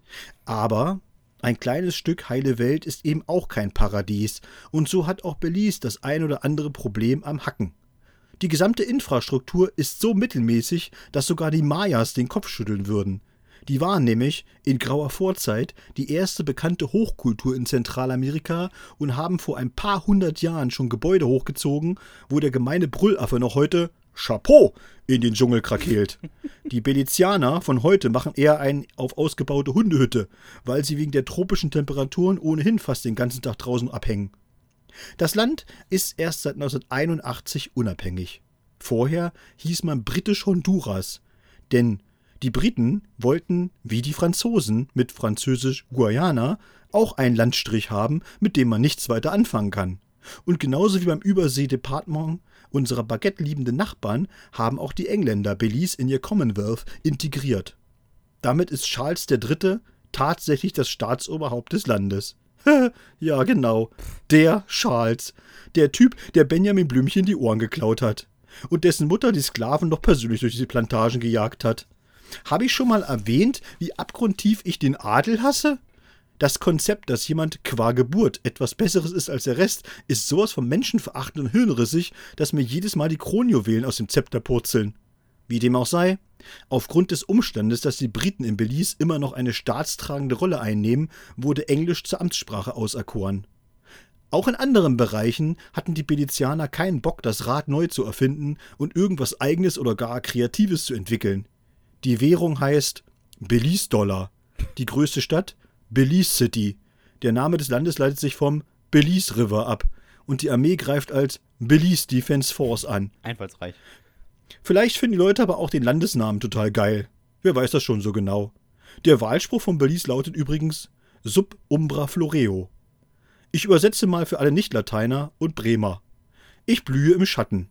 Aber ein kleines Stück heile Welt ist eben auch kein Paradies. Und so hat auch Belize das ein oder andere Problem am Hacken. Die gesamte Infrastruktur ist so mittelmäßig, dass sogar die Mayas den Kopf schütteln würden. Die waren nämlich in grauer Vorzeit die erste bekannte Hochkultur in Zentralamerika und haben vor ein paar hundert Jahren schon Gebäude hochgezogen, wo der gemeine Brüllaffe noch heute Chapeau in den Dschungel krakeelt. Die Belizianer von heute machen eher einen auf ausgebaute Hundehütte, weil sie wegen der tropischen Temperaturen ohnehin fast den ganzen Tag draußen abhängen. Das Land ist erst seit neunzehnhunderteinundachtzig unabhängig. Vorher hieß man britisch Honduras, denn die Briten wollten, wie die Franzosen mit französisch Guayana, auch einen Landstrich haben, mit dem man nichts weiter anfangen kann. Und genauso wie beim Überseedepartement unserer baguette-liebenden Nachbarn haben auch die Engländer Belize in ihr Commonwealth integriert. Damit ist Charles der Dritte tatsächlich das Staatsoberhaupt des Landes. Ja, genau. Der Charles. Der Typ, der Benjamin Blümchen die Ohren geklaut hat. Und dessen Mutter die Sklaven noch persönlich durch diese Plantagen gejagt hat. Habe ich schon mal erwähnt, wie abgrundtief ich den Adel hasse? Das Konzept, dass jemand qua Geburt etwas Besseres ist als der Rest, ist sowas von menschenverachtend und hirnrissig, dass mir jedes Mal die Kronjuwelen aus dem Zepter purzeln. Wie dem auch sei, aufgrund des Umstandes, dass die Briten in Belize immer noch eine staatstragende Rolle einnehmen, wurde Englisch zur Amtssprache auserkoren. Auch in anderen Bereichen hatten die Belizianer keinen Bock, das Rad neu zu erfinden und irgendwas Eigenes oder gar Kreatives zu entwickeln. Die Währung heißt Belize-Dollar. Die größte Stadt Belize City. Der Name des Landes leitet sich vom Belize River ab und die Armee greift als Belize Defense Force an. Einfallsreich. Vielleicht finden die Leute aber auch den Landesnamen total geil. Wer weiß das schon so genau. Der Wahlspruch von Belize lautet übrigens Sub umbra floreo. Ich übersetze mal für alle Nicht-Lateiner und Bremer. Ich blühe im Schatten.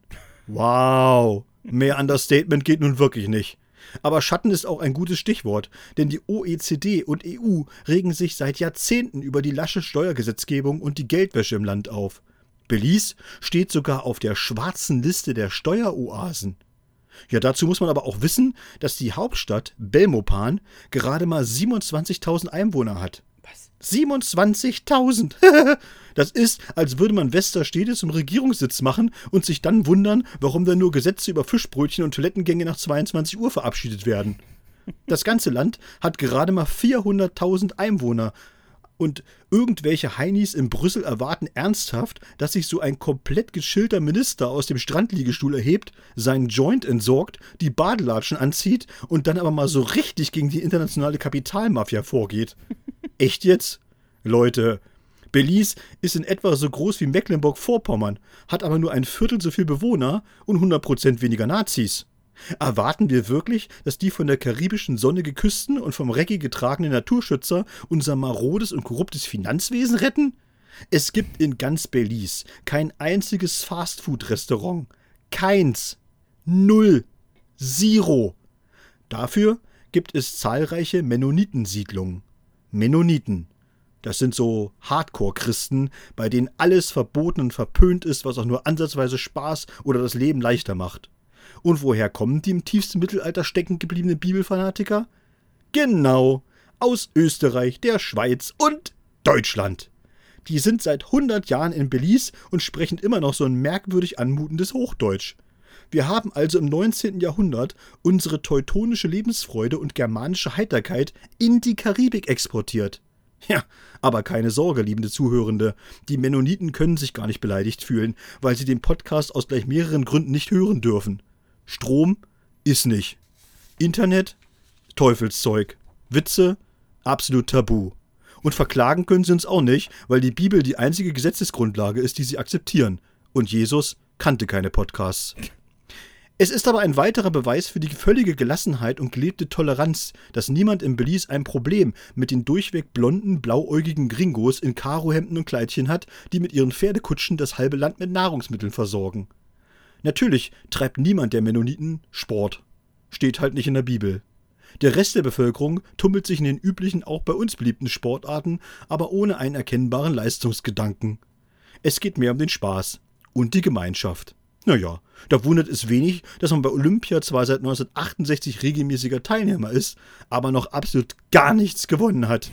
Wow, mehr Understatement geht nun wirklich nicht. Aber Schatten ist auch ein gutes Stichwort, denn die O E C D und E U regen sich seit Jahrzehnten über die lasche Steuergesetzgebung und die Geldwäsche im Land auf. Belize steht sogar auf der schwarzen Liste der Steueroasen. Ja, dazu muss man aber auch wissen, dass die Hauptstadt Belmopan gerade mal siebenundzwanzigtausend Einwohner hat. Was? siebenundzwanzigtausend! Das ist, als würde man Westerstede zum Regierungssitz machen und sich dann wundern, warum da nur Gesetze über Fischbrötchen und Toilettengänge nach zweiundzwanzig Uhr verabschiedet werden. Das ganze Land hat gerade mal vierhunderttausend Einwohner. Und irgendwelche Heinis in Brüssel erwarten ernsthaft, dass sich so ein komplett geschillter Minister aus dem Strandliegestuhl erhebt, seinen Joint entsorgt, die Badelatschen anzieht und dann aber mal so richtig gegen die internationale Kapitalmafia vorgeht. Echt jetzt? Leute, Belize ist in etwa so groß wie Mecklenburg-Vorpommern, hat aber nur ein Viertel so viel Bewohner und hundert Prozent weniger Nazis. Erwarten wir wirklich, dass die von der karibischen Sonne geküssten und vom Reggae getragenen Naturschützer unser marodes und korruptes Finanzwesen retten? Es gibt in ganz Belize kein einziges Fastfood-Restaurant. Keins. Null. Zero. Dafür gibt es zahlreiche Mennonitensiedlungen. Mennoniten. Das sind so Hardcore-Christen, bei denen alles verboten und verpönt ist, was auch nur ansatzweise Spaß oder das Leben leichter macht. Und woher kommen die im tiefsten Mittelalter stecken gebliebenen Bibelfanatiker? Genau, aus Österreich, der Schweiz und Deutschland. Die sind seit hundert Jahren in Belize und sprechen immer noch so ein merkwürdig anmutendes Hochdeutsch. Wir haben also im neunzehnten Jahrhundert unsere teutonische Lebensfreude und germanische Heiterkeit in die Karibik exportiert. Ja, aber keine Sorge, liebende Zuhörende, die Mennoniten können sich gar nicht beleidigt fühlen, weil sie den Podcast aus gleich mehreren Gründen nicht hören dürfen. Strom ist nicht. Internet? Teufelszeug. Witze? Absolut tabu. Und verklagen können sie uns auch nicht, weil die Bibel die einzige Gesetzesgrundlage ist, die sie akzeptieren. Und Jesus kannte keine Podcasts. Es ist aber ein weiterer Beweis für die völlige Gelassenheit und gelebte Toleranz, dass niemand in Belize ein Problem mit den durchweg blonden, blauäugigen Gringos in Karohemden und Kleidchen hat, die mit ihren Pferdekutschen das halbe Land mit Nahrungsmitteln versorgen. Natürlich treibt niemand der Mennoniten Sport. Steht halt nicht in der Bibel. Der Rest der Bevölkerung tummelt sich in den üblichen, auch bei uns beliebten Sportarten, aber ohne einen erkennbaren Leistungsgedanken. Es geht mehr um den Spaß und die Gemeinschaft. Naja, da wundert es wenig, dass man bei Olympia zwar seit neunzehnhundertachtundsechzig regelmäßiger Teilnehmer ist, aber noch absolut gar nichts gewonnen hat.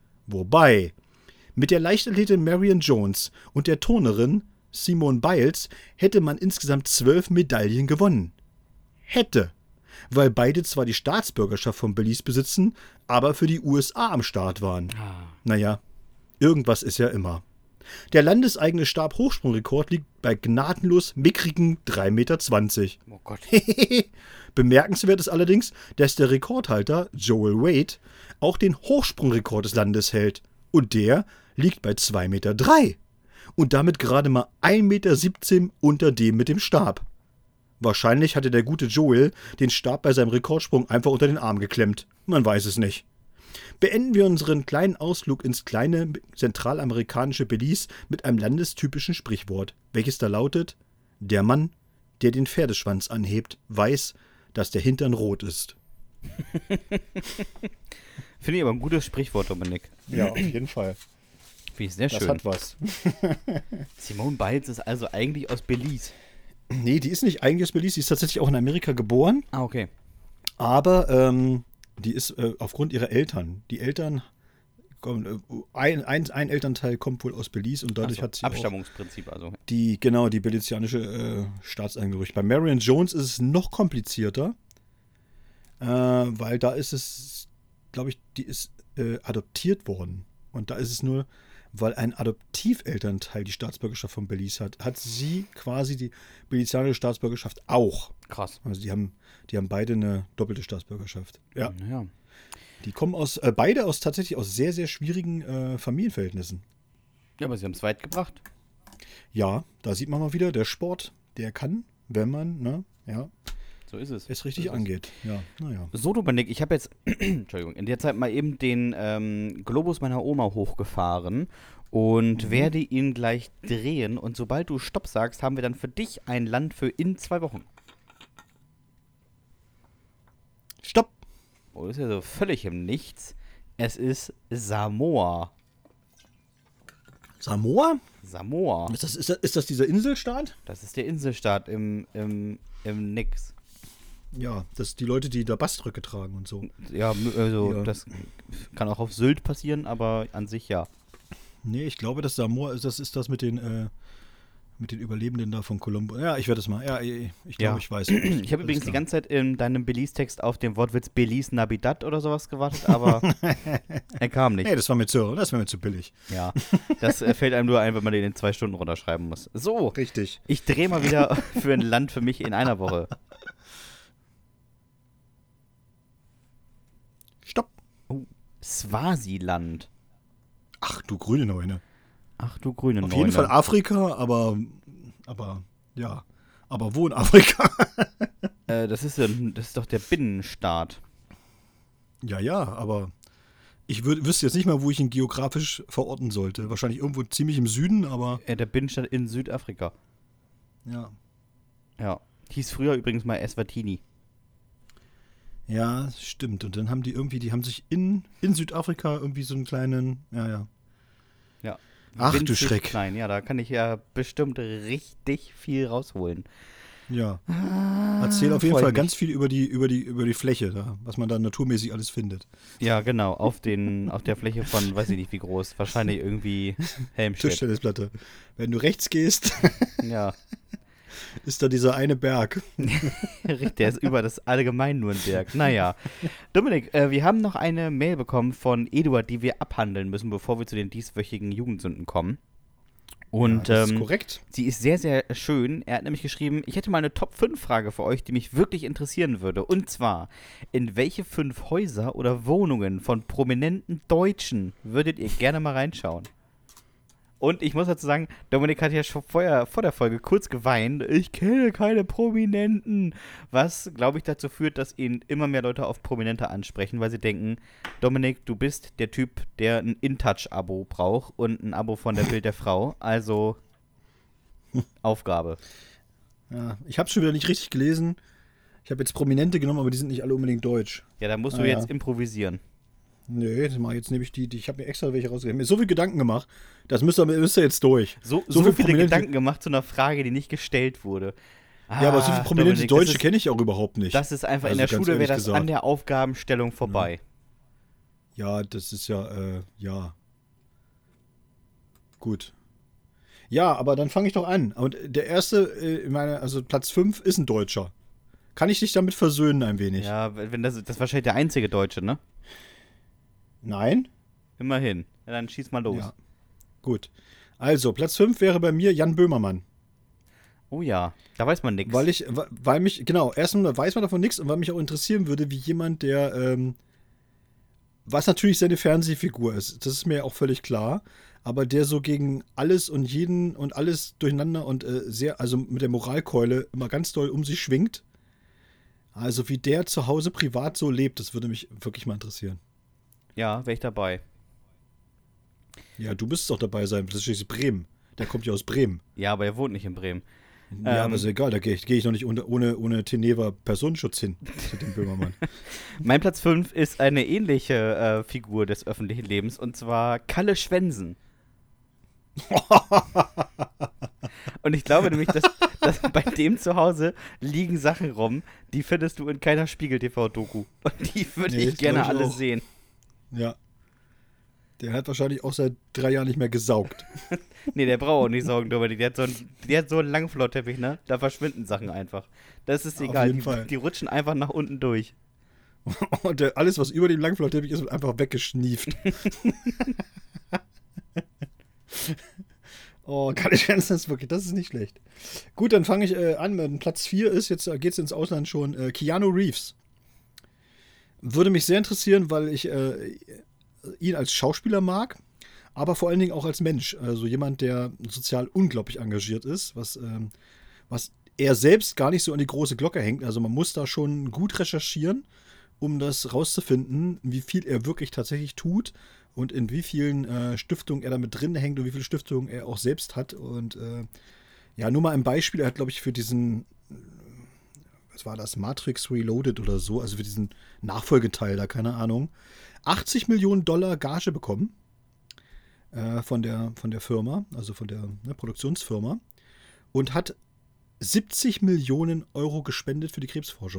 Wobei, mit der Leichtathletin Marion Jones und der Turnerin Simone Biles hätte man insgesamt zwölf Medaillen gewonnen. Hätte. Weil beide zwar die Staatsbürgerschaft von Belize besitzen, aber für die U S A am Start waren. Ah. Naja, irgendwas ist ja immer. Der landeseigene Stabhochsprungrekord liegt bei gnadenlos mickrigen drei Meter zwanzig. Oh Gott. Bemerkenswert ist allerdings, dass der Rekordhalter, Joel Wade, auch den Hochsprungrekord des Landes hält. Und der liegt bei zwei Meter drei. Und damit gerade mal ein Meter siebzehn unter dem mit dem Stab. Wahrscheinlich hatte der gute Joel den Stab bei seinem Rekordsprung einfach unter den Arm geklemmt. Man weiß es nicht. Beenden wir unseren kleinen Ausflug ins kleine zentralamerikanische Belize mit einem landestypischen Sprichwort, welches da lautet: Der Mann, der den Pferdeschwanz anhebt, weiß, dass der Hintern rot ist. Finde ich aber ein gutes Sprichwort, Dominik. Ja, auf jeden Fall. Finde ich sehr schön. Das hat was. Simone Biles ist also eigentlich aus Belize. Nee, die ist nicht eigentlich aus Belize, die ist tatsächlich auch in Amerika geboren. Ah, okay. Aber ähm, die ist äh, aufgrund ihrer Eltern. Die Eltern, kommen, ein, ein, ein Elternteil kommt wohl aus Belize und dadurch so, hat sie Abstammungsprinzip auch also. Die, genau, die belizianische äh, Staatsangehörigkeit. Bei Marion Jones ist es noch komplizierter, äh, weil da ist es, glaube ich, die ist äh, adoptiert worden. Und da ist es nur, weil ein Adoptivelternteil die Staatsbürgerschaft von Belize hat, hat sie quasi die belizianische Staatsbürgerschaft auch. Krass. Also die haben, die haben beide eine doppelte Staatsbürgerschaft. Ja. ja. Die kommen aus, äh, beide aus tatsächlich aus sehr, sehr schwierigen äh, Familienverhältnissen. Ja, aber sie haben es weit gebracht. Ja, da sieht man mal wieder, der Sport, der kann, wenn man, ne, ja. So ist es. Es richtig so angeht. Ja, naja. So, Dominik, ich habe jetzt, Entschuldigung, in der Zeit mal eben den ähm, Globus meiner Oma hochgefahren und mhm. werde ihn gleich drehen. Und sobald du Stopp sagst, haben wir dann für dich ein Land für in zwei Wochen. Stopp! Oh, das ist ja so völlig im Nichts. Es ist Samoa. Samoa? Samoa. Ist das, ist das, ist das dieser Inselstaat? Das ist der Inselstaat im, im, im Nix. Ja, das die Leute, die da Baströcke tragen und so. Ja, m- also Ja. das kann auch auf Sylt passieren, aber an sich ja. Nee, ich glaube, das Samoa, das ist das mit den, äh, mit den Überlebenden da von Colombo. Ja, ich werde es mal. Ja, ich, ich glaube, Ja. ich weiß. Ich habe übrigens die ganze Zeit in deinem Belize-Text auf den Wortwitz Belize Navidad oder sowas gewartet, aber er kam nicht. Nee, das war mir zu, das war mir zu billig. Ja, das äh, fällt einem nur ein, wenn man den in zwei Stunden runterschreiben muss. So, Richtig. ich drehe mal wieder für ein Land für mich in einer Woche. Stopp. Swasiland. Ach, du grüne Neune. Ach du grüne Auf Neune. jeden Fall Afrika, aber, aber, ja. Aber wo in Afrika? Äh, das, ist, ja- das ist doch der Binnenstaat. Ja, ja, aber ich würd, wüsste jetzt nicht mal, wo ich ihn geografisch verorten sollte. Wahrscheinlich irgendwo ziemlich im Süden, aber Äh, der Binnenstaat in Südafrika. ja. Ja. Hieß früher übrigens mal Eswatini. Ja, stimmt. Und dann haben die irgendwie, die haben sich in, in Südafrika irgendwie so einen kleinen, ja, ja. Ja. Ach du Winzig Schreck. Klein. Ja, da kann ich ja bestimmt richtig viel rausholen. Ja. Erzähl auf jeden freu Fall mich. ganz viel über die, über die, über die Fläche da, was man da naturmäßig alles findet. Ja, genau. Auf, den, auf der Fläche von, weiß ich nicht wie groß, wahrscheinlich irgendwie Helmstedt. Tischtennisplatte. Wenn du rechts gehst, Ja. ist da dieser eine Berg. Richtig, der ist über das allgemein nur ein Berg. Naja. Dominik, äh, wir haben noch eine Mail bekommen von Eduard, die wir abhandeln müssen, bevor wir zu den dieswöchigen Jugendsünden kommen. Und ja, das ist ähm, korrekt. sie ist sehr, sehr schön. Er hat nämlich geschrieben, ich hätte mal eine Top fünf Frage für euch, die mich wirklich interessieren würde. Und zwar, in welche fünf Häuser oder Wohnungen von prominenten Deutschen würdet ihr gerne mal reinschauen? Und ich muss dazu sagen, Dominik hat ja schon vorher, vor der Folge kurz geweint. Ich kenne keine Prominenten. Was, glaube ich, dazu führt, dass ihn immer mehr Leute auf Prominente ansprechen, weil sie denken, Dominik, du bist der Typ, der ein InTouch-Abo braucht und ein Abo von der Bild der Frau. Also Aufgabe. Ja, ich habe schon wieder nicht richtig gelesen. Ich habe jetzt Prominente genommen, aber die sind nicht alle unbedingt deutsch. Ja, da musst Ah, du ja. jetzt improvisieren. Nee, das mach ich jetzt nehme ich die, die ich habe mir extra welche rausgegeben. Mir so viel Gedanken gemacht, das müsst ihr, müsst ihr jetzt durch. So, So so, viel viele Prominente- Gedanken gemacht zu einer Frage, die nicht gestellt wurde. Ja, aber so viele Ah, prominente Dominik, Deutsche das ist- kenne ich auch überhaupt nicht. Das ist einfach, in Also der ganz Schule wäre ehrlich das gesagt. an der Aufgabenstellung vorbei. Ja, das ist ja, äh, ja. Gut. Ja, aber dann fange ich doch an. Und der erste, äh, meine, also Platz fünf ist ein Deutscher. Kann ich dich damit versöhnen ein wenig? Ja, wenn das, das ist wahrscheinlich der einzige Deutsche, ne? Nein? Immerhin. Ja, dann schieß mal los. Ja. Gut. Also, Platz fünf wäre bei mir Jan Böhmermann. Oh ja, da weiß man nichts. Weil ich, wa- weil mich, genau, erstmal weiß man davon nichts und weil mich auch interessieren würde, wie jemand, der, ähm, was natürlich seine Fernsehfigur ist, das ist mir auch völlig klar, aber der so gegen alles und jeden und alles durcheinander und äh, sehr, also mit der Moralkeule immer ganz doll um sich schwingt. Also wie der zu Hause privat so lebt, das würde mich wirklich mal interessieren. Ja, wäre ich dabei. Ja, du müsstest auch dabei sein, das ist Bremen. Der kommt ja aus Bremen. Ja, aber er wohnt nicht in Bremen. Ja, Ähm. aber ist egal, da gehe ich, geh ich noch nicht ohne, ohne, ohne Teneva Personenschutz hin mit dem Böhmermann. Mein Platz fünf ist eine ähnliche äh, Figur des öffentlichen Lebens, und zwar Kalle Schwensen. Und ich glaube nämlich, dass, dass bei dem zu Hause liegen Sachen rum, die findest du in keiner Spiegel-T V-Doku. Und die würde Nee, ich das gerne glaub ich alle auch. sehen. Ja. Der hat wahrscheinlich auch seit drei Jahren nicht mehr gesaugt. Nee, der braucht auch nicht Sorgen, Dominik. Der hat so einen, der hat so einen langen Flotteppich, ne? Da verschwinden Sachen einfach. Das ist Auf egal. jeden Die, Fall. die rutschen einfach nach unten durch. Und der, alles, was über dem Langflorteppich ist, wird einfach weggeschnieft. Oh, Kalle Schwensen ist wirklich, das ist nicht schlecht. Gut, dann fange ich äh, an. Mit Platz vier ist, jetzt geht es ins Ausland schon, äh, Keanu Reeves. Würde mich sehr interessieren, weil ich äh, ihn als Schauspieler mag, aber vor allen Dingen auch als Mensch. Also jemand, der sozial unglaublich engagiert ist, was, ähm, was er selbst gar nicht so an die große Glocke hängt. Also man muss da schon gut recherchieren, um das rauszufinden, wie viel er wirklich tatsächlich tut und in wie vielen äh, Stiftungen er da mit drin hängt und wie viele Stiftungen er auch selbst hat. Und äh, ja, nur mal ein Beispiel, er hat, glaube ich, für diesen, was war das, Matrix Reloaded oder so, also für diesen Nachfolgeteil da, keine Ahnung, achtzig Millionen Dollar Gage bekommen äh, von, der, von der Firma, also von der ne, Produktionsfirma, und hat siebzig Millionen Euro gespendet für die Krebsforschung.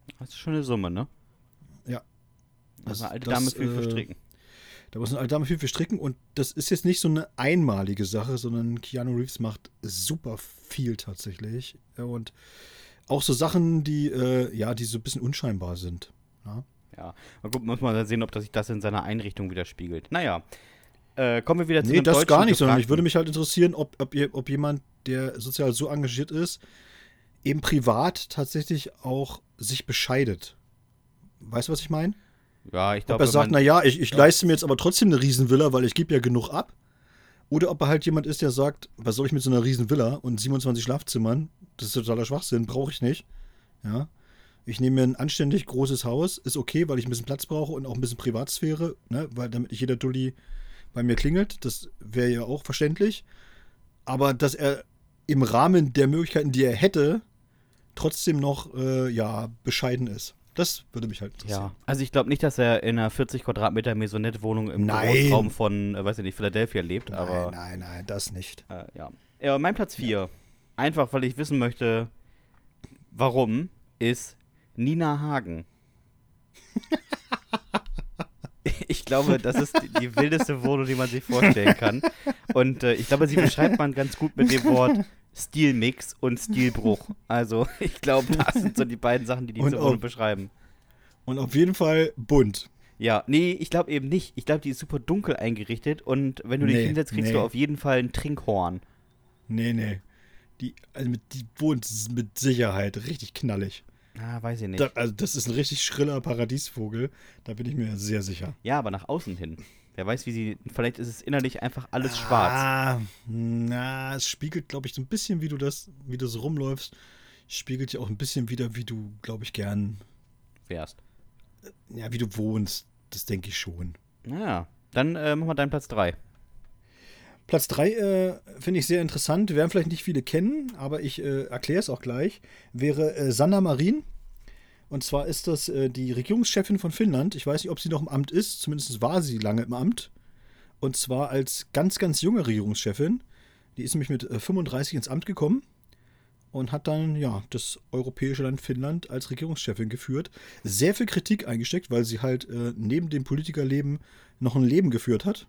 Das ist schon eine Summe, ne? Ja. Da muss Das- eine alte das, Dame viel äh, verstricken. Da muss eine alte Dame viel für stricken und das ist jetzt nicht so eine einmalige Sache, sondern Keanu Reeves macht super viel tatsächlich. Ja, und auch so Sachen, die, äh, ja, die so ein bisschen unscheinbar sind. Ja. Ja, mal gucken, muss man sehen, ob das sich das in seiner Einrichtung widerspiegelt. Naja, äh, kommen wir wieder zu Nee, einem das deutschen gar nicht, sondern ich Gefragten. würde mich halt interessieren, ob, ob, ihr, ob jemand, der sozial so engagiert ist, eben privat tatsächlich auch sich bescheidet. Weißt du, was ich meine? Ja, ich Ob glaube, er sagt, man- naja, ich, ich ja. leiste mir jetzt aber trotzdem eine Riesenvilla, weil ich gebe ja genug ab. Oder ob er halt jemand ist, der sagt, was soll ich mit so einer Riesenvilla und siebenundzwanzig Schlafzimmern? Das ist totaler Schwachsinn, brauche ich nicht. Ja. Ich nehme mir ein anständig großes Haus, ist okay, weil ich ein bisschen Platz brauche und auch ein bisschen Privatsphäre, ne? Weil damit nicht jeder Dulli bei mir klingelt. Das wäre ja auch verständlich. Aber dass er im Rahmen der Möglichkeiten, die er hätte, trotzdem noch äh, ja, bescheiden ist. Das würde mich halt interessieren. Ja, also ich glaube nicht, dass er in einer vierzig Quadratmeter Maisonette-Wohnung im Nein. Großraum von, äh, weiß ich nicht, Philadelphia lebt, Nein, aber nein, nein, das nicht. Äh, ja. ja. Mein Platz vier, einfach weil ich wissen möchte, warum, ist Nina Hagen. Ich glaube, das ist die, die wildeste Wohnung, die man sich vorstellen kann. Und äh, ich glaube, sie beschreibt man ganz gut mit dem Wort Stilmix und Stilbruch. Also, ich glaube, das sind so die beiden Sachen, die Und diese auch- Wohnung beschreiben. Und auf jeden Fall bunt. Ja, nee, ich glaube eben nicht. Ich glaube, die ist super dunkel eingerichtet und wenn du dich Nee, hinsetzt, kriegst nee. du auf jeden Fall ein Trinkhorn. Nee, nee. Die, also mit, die wohnt mit Sicherheit richtig knallig. Ah, weiß ich nicht. Da, also das ist ein richtig schriller Paradiesvogel. Da bin ich mir sehr sicher. Ja, aber nach außen hin. Wer weiß, wie sie. Vielleicht ist es innerlich einfach alles schwarz. Ah, na, es spiegelt, glaube ich, so ein bisschen, wie du das, wie du so rumläufst, spiegelt ja auch ein bisschen wieder, wie du, glaube ich, gern, Wärst. ja, wie du wohnst. Das denke ich schon. Naja, dann äh, mach mal deinen Platz drei. Platz drei äh, finde ich sehr interessant. Werden vielleicht nicht viele kennen, aber ich äh, erkläre es auch gleich. Wäre äh, Sanna Marin. Und zwar ist das äh, die Regierungschefin von Finnland. Ich weiß nicht, ob sie noch im Amt ist. Zumindest war sie lange im Amt. Und zwar als ganz, ganz junge Regierungschefin. Die ist nämlich mit äh, fünfunddreißig ins Amt gekommen und hat dann ja das europäische Land Finnland als Regierungschefin geführt. Sehr viel Kritik eingesteckt, weil sie halt äh, neben dem Politikerleben noch ein Leben geführt hat.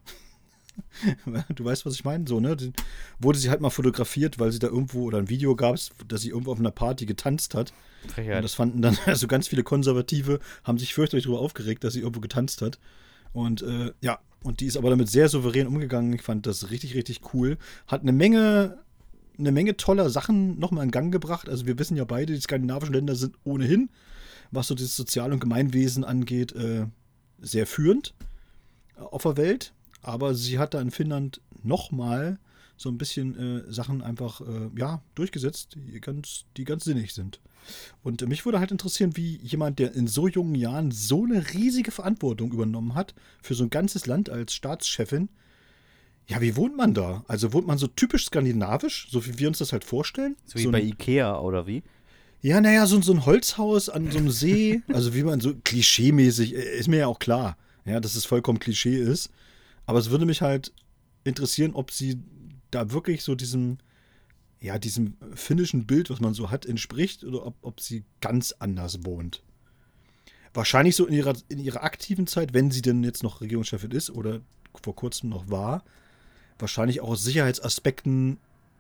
Du weißt, was ich meine? So, ne? Dann wurde sie halt mal fotografiert, weil sie da irgendwo, oder ein Video gab, dass sie irgendwo auf einer Party getanzt hat. Frechheit. Und das fanden dann, also ganz viele Konservative haben sich fürchterlich darüber aufgeregt, dass sie irgendwo getanzt hat. Und äh, ja, und die ist aber damit sehr souverän umgegangen. Ich fand das richtig, richtig cool. Hat eine Menge, eine Menge toller Sachen nochmal in Gang gebracht. Also wir wissen ja beide, die skandinavischen Länder sind ohnehin, was so das Sozial- und Gemeinwesen angeht, äh, sehr führend äh, auf der Welt. Aber sie hat da in Finnland nochmal so ein bisschen äh, Sachen einfach äh, ja, durchgesetzt, die ganz, die ganz sinnig sind. Und äh, mich würde halt interessieren, wie jemand, der in so jungen Jahren so eine riesige Verantwortung übernommen hat, für so ein ganzes Land als Staatschefin, ja, wie wohnt man da? Also wohnt man so typisch skandinavisch, so wie wir uns das halt vorstellen? So wie ein, bei Ikea, oder wie? Ja, naja, so, so ein Holzhaus an so einem See, also wie man so klischeemäßig, äh, ist mir ja auch klar, ja, dass es vollkommen Klischee ist. Aber es würde mich halt interessieren, ob sie da wirklich so diesem, ja, diesem finnischen Bild, was man so hat, entspricht oder ob, ob sie ganz anders wohnt. Wahrscheinlich so in ihrer, in ihrer aktiven Zeit, wenn sie denn jetzt noch Regierungschefin ist oder vor kurzem noch war, wahrscheinlich auch aus Sicherheitsaspekten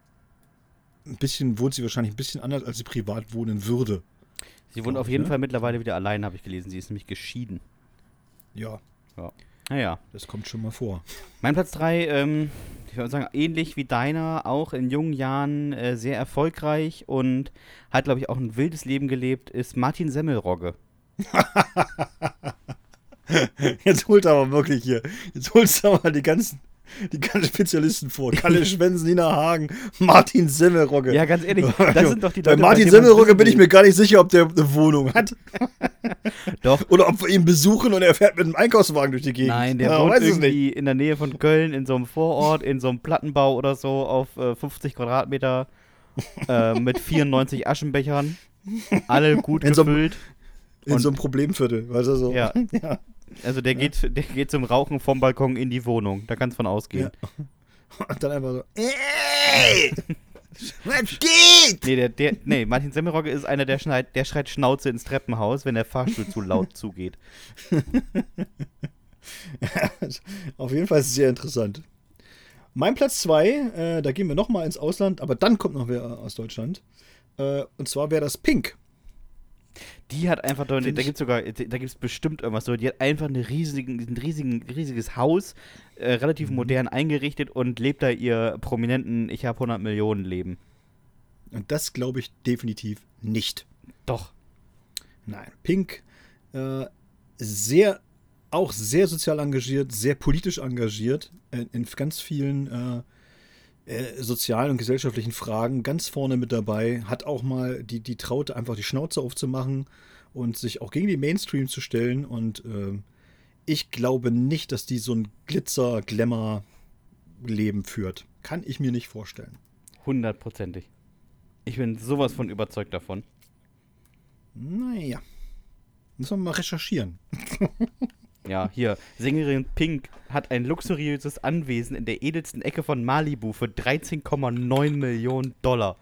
ein bisschen, wohnt sie wahrscheinlich ein bisschen anders, als sie privat wohnen würde. Sie wohnt Glaub auf ich, jeden ne? Fall mittlerweile wieder allein, habe ich gelesen. Sie ist nämlich geschieden. Ja, Naja. das kommt schon mal vor. Mein Platz drei, ähm, ich würde sagen, ähnlich wie deiner, auch in jungen Jahren äh, sehr erfolgreich und hat, glaube ich, auch ein wildes Leben gelebt, ist Martin Semmelrogge. Jetzt holt er aber wirklich hier, jetzt holst du aber die ganzen, die ganzen Spezialisten vor. Kalle Schwensen, Nina Hagen, Martin Semmelrogge. Ja, ganz ehrlich, das sind doch die Bei Leute, Martin denen man Semmelrogge wissen bin ich will. mir gar nicht sicher, ob der eine Wohnung hat. Doch. Oder ob wir ihn besuchen und er fährt mit einem Einkaufswagen durch die Gegend. Nein, der Ja, wohnt weiß es nicht. irgendwie in der Nähe von Köln, in so einem Vorort, in so einem Plattenbau oder so, auf äh, fünfzig Quadratmeter, äh, mit vierundneunzig Aschenbechern, alle gut In so einem- gefüllt. In Und- so einem Problemviertel, weißt du so. Ja. ja. Also der geht, der geht zum Rauchen vom Balkon in die Wohnung, da kannst du von ausgehen. Und dann einfach so, ey! Was geht? Nee, der, der, nee, Martin Semmelrogge ist einer, der schreit, der schreit Schnauze ins Treppenhaus, wenn der Fahrstuhl zu laut zugeht. Auf jeden Fall sehr interessant. Mein Platz zwei, äh, da gehen wir nochmal ins Ausland, aber dann kommt noch wer aus Deutschland. Äh, und zwar wäre das Pink. Die hat einfach, da Find gibt es sogar, da gibt es bestimmt irgendwas so, die hat einfach eine riesigen, ein riesigen, riesiges Haus, äh, relativ Mhm. modern eingerichtet und lebt da ihr prominenten Ich hab hundert Millionen Leben. Und das glaube ich definitiv nicht. Doch. Nein, Pink, äh, sehr, auch sehr sozial engagiert, sehr politisch engagiert, in, in ganz vielen äh, äh, sozialen und gesellschaftlichen Fragen, ganz vorne mit dabei, hat auch mal die, die Traute, einfach die Schnauze aufzumachen und sich auch gegen die Mainstream zu stellen. Und äh, ich glaube nicht, dass die so ein Glitzer-Glamour-Leben führt. Kann ich mir nicht vorstellen. Hundertprozentig. Ich bin sowas von überzeugt davon. Naja, müssen wir mal recherchieren. Ja, hier, Sängerin Pink hat ein luxuriöses Anwesen in der edelsten Ecke von Malibu für dreizehn Komma neun Millionen Dollar.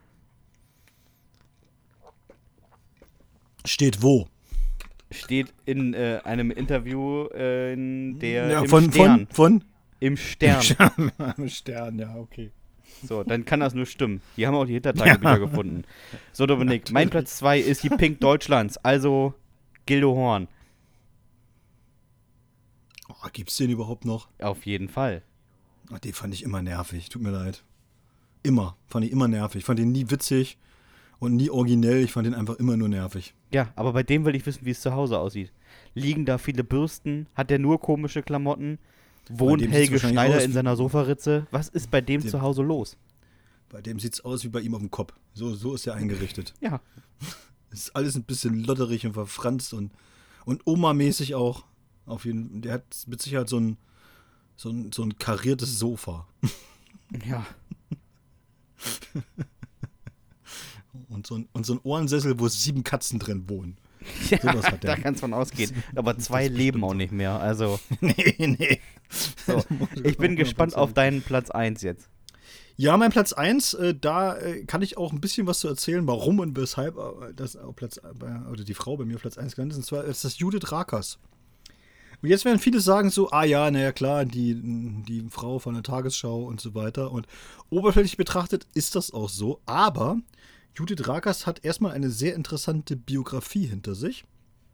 Steht wo? Steht in äh, einem Interview äh, in der Ja, im von, Stern. von, von? Im Stern. Stern. Stern, ja, okay. So, dann kann das nur stimmen. Die haben auch die Hintertagebücher Ja. gefunden. So, Dominik, mein Platz zwei ist die Pink Deutschlands, also Gildo Horn. Oh, gibt's den überhaupt noch? Auf jeden Fall. Oh, den fand ich immer nervig, tut mir leid. Immer, fand ich immer nervig. Ich fand den nie witzig und nie originell. Ich fand den einfach immer nur nervig. Ja, aber bei dem will ich wissen, wie es zu Hause aussieht. Liegen da viele Bürsten? Hat der nur komische Klamotten? Wohnt dem sieht's Helge wahrscheinlich Schneider aus in wie- seiner Sofaritze? Was ist bei dem Dem- zu Hause los? Bei dem sieht's aus wie bei ihm auf dem Kopf. So, so ist er eingerichtet. Ja, Ist alles ein bisschen lotterig und verfranst und, und Oma-mäßig auch. Auf jeden, der hat mit Sicherheit so ein, so ein, so ein kariertes Sofa. ja. Und so ein, und so ein Ohrensessel, wo sieben Katzen drin wohnen. ja Sowas hat der. da kann es von ausgehen. Aber zwei Das leben bestimmt. auch nicht mehr. Also, Nee, nee. so. Ich bin gespannt auf deinen Platz eins jetzt. Ja, mein Platz eins, äh, da äh, kann ich auch ein bisschen was zu erzählen, warum und weshalb äh, das auf Platz, bei, oder die Frau bei mir auf Platz eins gelandet ist. Und zwar ist das Judith Rakers. Und jetzt werden viele sagen so, ah ja, naja klar, die, die Frau von der Tagesschau und so weiter. Und oberflächlich betrachtet ist das auch so. Aber Judith Rakers hat erstmal eine sehr interessante Biografie hinter sich.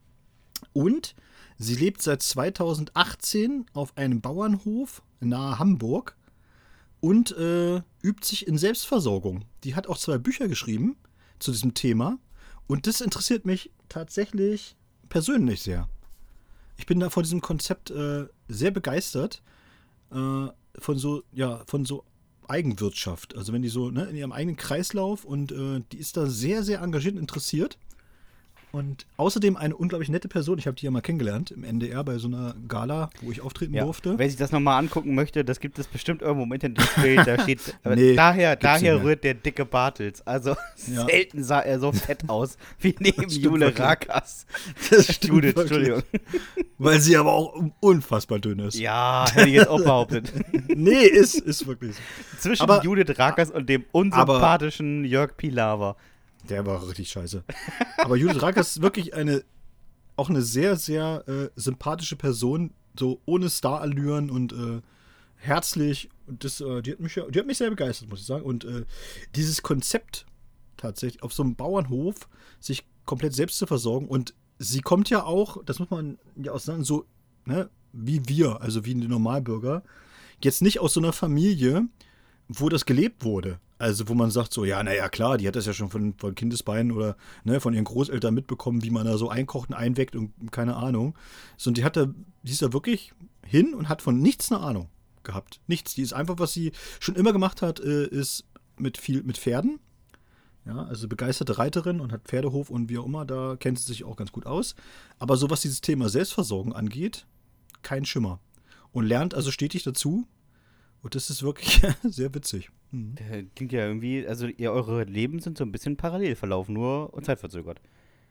Und sie lebt seit zweitausendachtzehn auf einem Bauernhof nahe Hamburg und äh, übt sich in Selbstversorgung. Die hat auch zwei Bücher geschrieben zu diesem Thema. Und das interessiert mich tatsächlich persönlich sehr. Ich bin da von diesem Konzept äh, sehr begeistert, äh, von so, ja, von so Eigenwirtschaft. Also wenn die so ne, in ihrem eigenen Kreislauf und äh, die ist da sehr, sehr engagiert und interessiert. Und außerdem eine unglaublich nette Person. Ich habe die ja mal kennengelernt im N D R bei so einer Gala, wo ich auftreten Ja. durfte. Wer sich das nochmal angucken möchte, das gibt es bestimmt irgendwo im Internetbild. Da steht, äh, Nee, daher, gibt's nicht daher mehr. rührt der dicke Bartels. Also Ja. selten sah er so fett aus wie neben stimmt Jule wirklich. Rakers. Das stimmt Judith, wirklich. Entschuldigung. Weil sie aber auch unfassbar dünn ist. Ja, hätte ich jetzt auch behauptet. Nee, ist, ist wirklich so. Zwischen Aber- Judith Rakers und dem unsympathischen Jörg Pilawa. Der war richtig scheiße. Aber Judith Rakers ist wirklich eine, auch eine sehr, sehr äh, sympathische Person, so ohne Starallüren und äh, herzlich. Und das, äh, die, hat mich, ja- die hat mich sehr begeistert, muss ich sagen. Und äh, dieses Konzept tatsächlich auf so einem Bauernhof sich komplett selbst zu versorgen. Und sie kommt ja auch, das muss man ja auch sagen, so ne, wie wir, also wie die Normalbürger, jetzt nicht aus so einer Familie, wo das gelebt wurde. Also wo man sagt so, ja, naja, klar, die hat das ja schon von, von Kindesbeinen oder ne, von ihren Großeltern mitbekommen, wie man da so einkocht und einweckt und keine Ahnung. So, und die hat da, die ist da wirklich hin und hat von nichts eine Ahnung gehabt. Nichts. Die ist einfach, was sie schon immer gemacht hat, äh, ist mit viel, mit Pferden. Ja, also begeisterte Reiterin und hat Pferdehof und wie auch immer, da kennt sie sich auch ganz gut aus. Aber so was dieses Thema Selbstversorgung angeht, kein Schimmer. Und lernt also stetig dazu. Und das ist wirklich sehr witzig. Mhm. Der klingt ja irgendwie, also ihr, eure Leben sind so ein bisschen parallel verlaufen, nur zeitverzögert.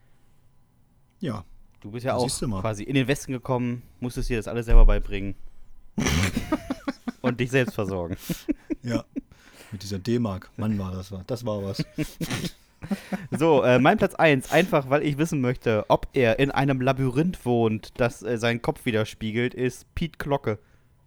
Ja, Du bist ja Ja, auch siehst du mal. quasi in den Westen gekommen, musstest dir das alles selber beibringen. Und dich selbst versorgen. ja. Mit dieser D-Mark. Mann, war das was. Das war was. So, äh, mein Platz eins, einfach weil ich wissen möchte, ob er in einem Labyrinth wohnt, das äh, seinen Kopf widerspiegelt, ist Piet Glocke.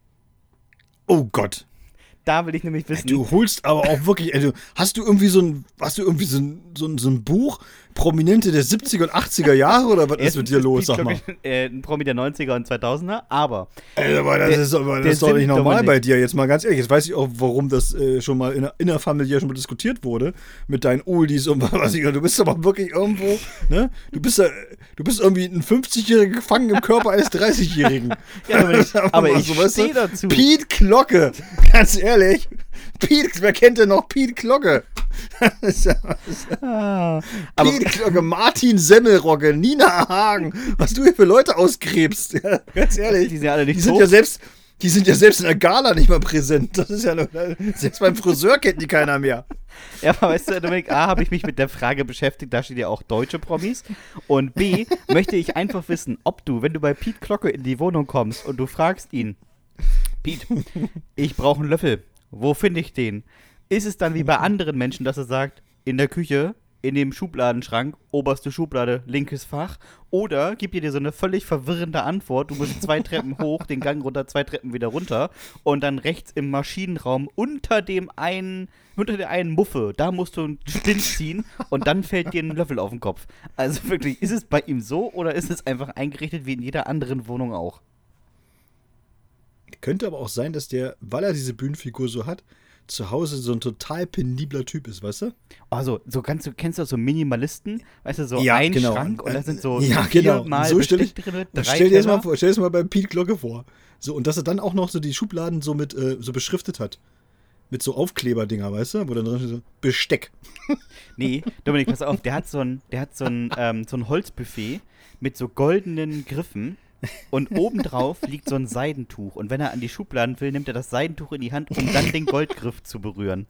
Oh Gott. Da will ich nämlich wissen. Du holst aber auch wirklich, also hast du irgendwie so ein, hast du irgendwie so ein, so ein, so ein Buch, Prominente der siebziger und achtziger Jahre oder was ist mit dir los, sag mal? Äh, ein Promi der neunziger und zweitausender, aber. Ey, aber das der, ist, aber das ist doch nicht normal bei dir, jetzt mal ganz ehrlich. Jetzt weiß ich auch, warum das äh, schon mal in der innerfamiliär schon mal diskutiert wurde mit deinen Oldies und was ich, du bist aber wirklich irgendwo, ne? Du bist ja, du bist irgendwie ein fünfzigjähriger gefangen im Körper eines dreißigjährigen. Ja, aber ich, aber ich so, stehe dazu. Piet Glocke, ganz ehrlich. Piet, wer kennt denn noch Piet Glocke? Das ist ja, das ist ja. Ah, Piet Glocke, Martin Semmelrogge, Nina Hagen, was du hier für Leute ausgräbst. Ja, ganz ehrlich. Die sind ja alle nicht die sind ja selbst, die sind ja selbst in der Gala nicht mal präsent. Das ist ja nur, selbst beim Friseur kennt die keiner mehr. Ja, aber weißt du, Dominik, A, habe ich mich mit der Frage beschäftigt, da steht ja auch deutsche Promis. Und B, möchte ich einfach wissen, ob du, wenn du bei Piet Glocke in die Wohnung kommst und du fragst ihn, Piet, ich brauche einen Löffel. Wo finde ich den? Ist es dann wie bei anderen Menschen, dass er sagt, in der Küche, in dem Schubladenschrank, oberste Schublade, linkes Fach? Oder gibt er dir so eine völlig verwirrende Antwort, du musst zwei Treppen hoch, den Gang runter, zwei Treppen wieder runter und dann rechts im Maschinenraum unter dem einen, unter der einen Muffe, da musst du einen Splint ziehen und dann fällt dir ein Löffel auf den Kopf. Also wirklich, ist es bei ihm so oder ist es einfach eingerichtet wie in jeder anderen Wohnung auch? Könnte aber auch sein, dass der, weil er diese Bühnenfigur so hat, zu Hause so ein total penibler Typ ist, weißt du? Also, so kannst du, kennst du so Minimalisten? Weißt du, so ja, ein genau. Schrank und da sind so ja, genau. viermal so stell ich, drin, drei stell dir das mal vor, stell dir das mal bei Piet Glocke vor. So, und dass er dann auch noch so die Schubladen so mit, äh, so beschriftet hat. Mit so Aufkleberdinger, weißt du? Wo dann drin steht so, Besteck. Nee, Dominik, pass auf, der hat so ein, der hat so ein, ähm, so ein Holzbuffet mit so goldenen Griffen. Und obendrauf liegt so ein Seidentuch. Und wenn er an die Schubladen will, nimmt er das Seidentuch in die Hand, um dann den Goldgriff zu berühren.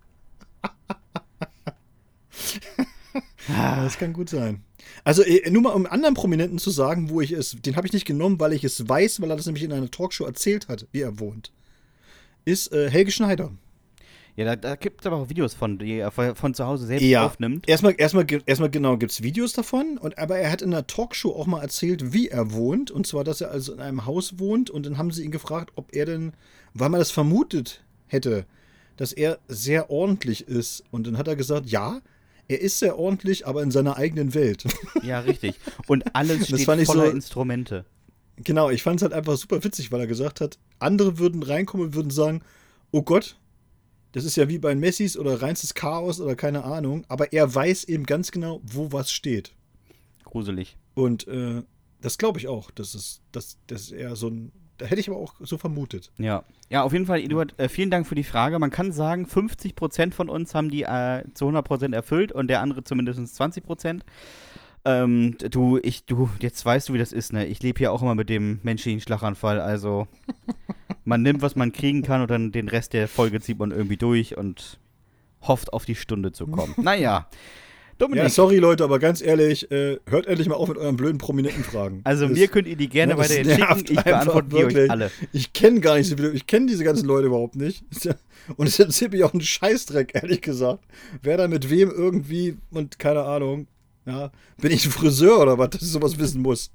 Ja, das kann gut sein. Also, nur mal um anderen Prominenten zu sagen, wo ich es, den habe ich nicht genommen, weil ich es weiß, weil er das nämlich in einer Talkshow erzählt hat, wie er wohnt, ist äh, Helge Schneider. Ja, da, da gibt es aber auch Videos von, die er von zu Hause selbst ja. aufnimmt. Erstmal, erstmal, erstmal genau, gibt es Videos davon, und, aber er hat in einer Talkshow auch mal erzählt, wie er wohnt, und zwar, dass er also in einem Haus wohnt, und dann haben sie ihn gefragt, ob er denn, weil man das vermutet hätte, dass er sehr ordentlich ist, und dann hat er gesagt, ja, er ist sehr ordentlich, aber in seiner eigenen Welt. Ja, richtig. Und alles steht voller so, Instrumente. Genau, ich fand es halt einfach super witzig, weil er gesagt hat, andere würden reinkommen und würden sagen, oh Gott, das ist ja wie bei Messis oder reinstes Chaos oder keine Ahnung, aber er weiß eben ganz genau, wo was steht. Gruselig. Und äh, das glaube ich auch, dass es, dass, dass er so ein, da hätte ich aber auch so vermutet. Ja, ja, auf jeden Fall, Eduard, äh, vielen Dank für die Frage. Man kann sagen, fünfzig Prozent von uns haben die äh, zu hundert Prozent erfüllt und der andere zumindest zwanzig Prozent. Ähm, du, ich, du, jetzt weißt du, wie das ist, ne? Ich lebe hier auch immer mit dem menschlichen Schlaganfall, also man nimmt, was man kriegen kann und dann den Rest der Folge zieht man irgendwie durch und hofft, auf die Stunde zu kommen. Naja, Dominik. Ja, sorry Leute, aber ganz ehrlich, äh, hört endlich mal auf mit euren blöden prominenten Fragen. Also das, mir könnt ihr die gerne ja, weiterhin schicken, ich beantworte die euch alle. Ich kenne gar nicht so viele, ich kenne diese ganzen Leute überhaupt nicht. Und es interessiert mich auch einen Scheißdreck, ehrlich gesagt. Wer da mit wem irgendwie, und keine Ahnung, ja, bin ich ein Friseur oder was, dass ich sowas wissen muss?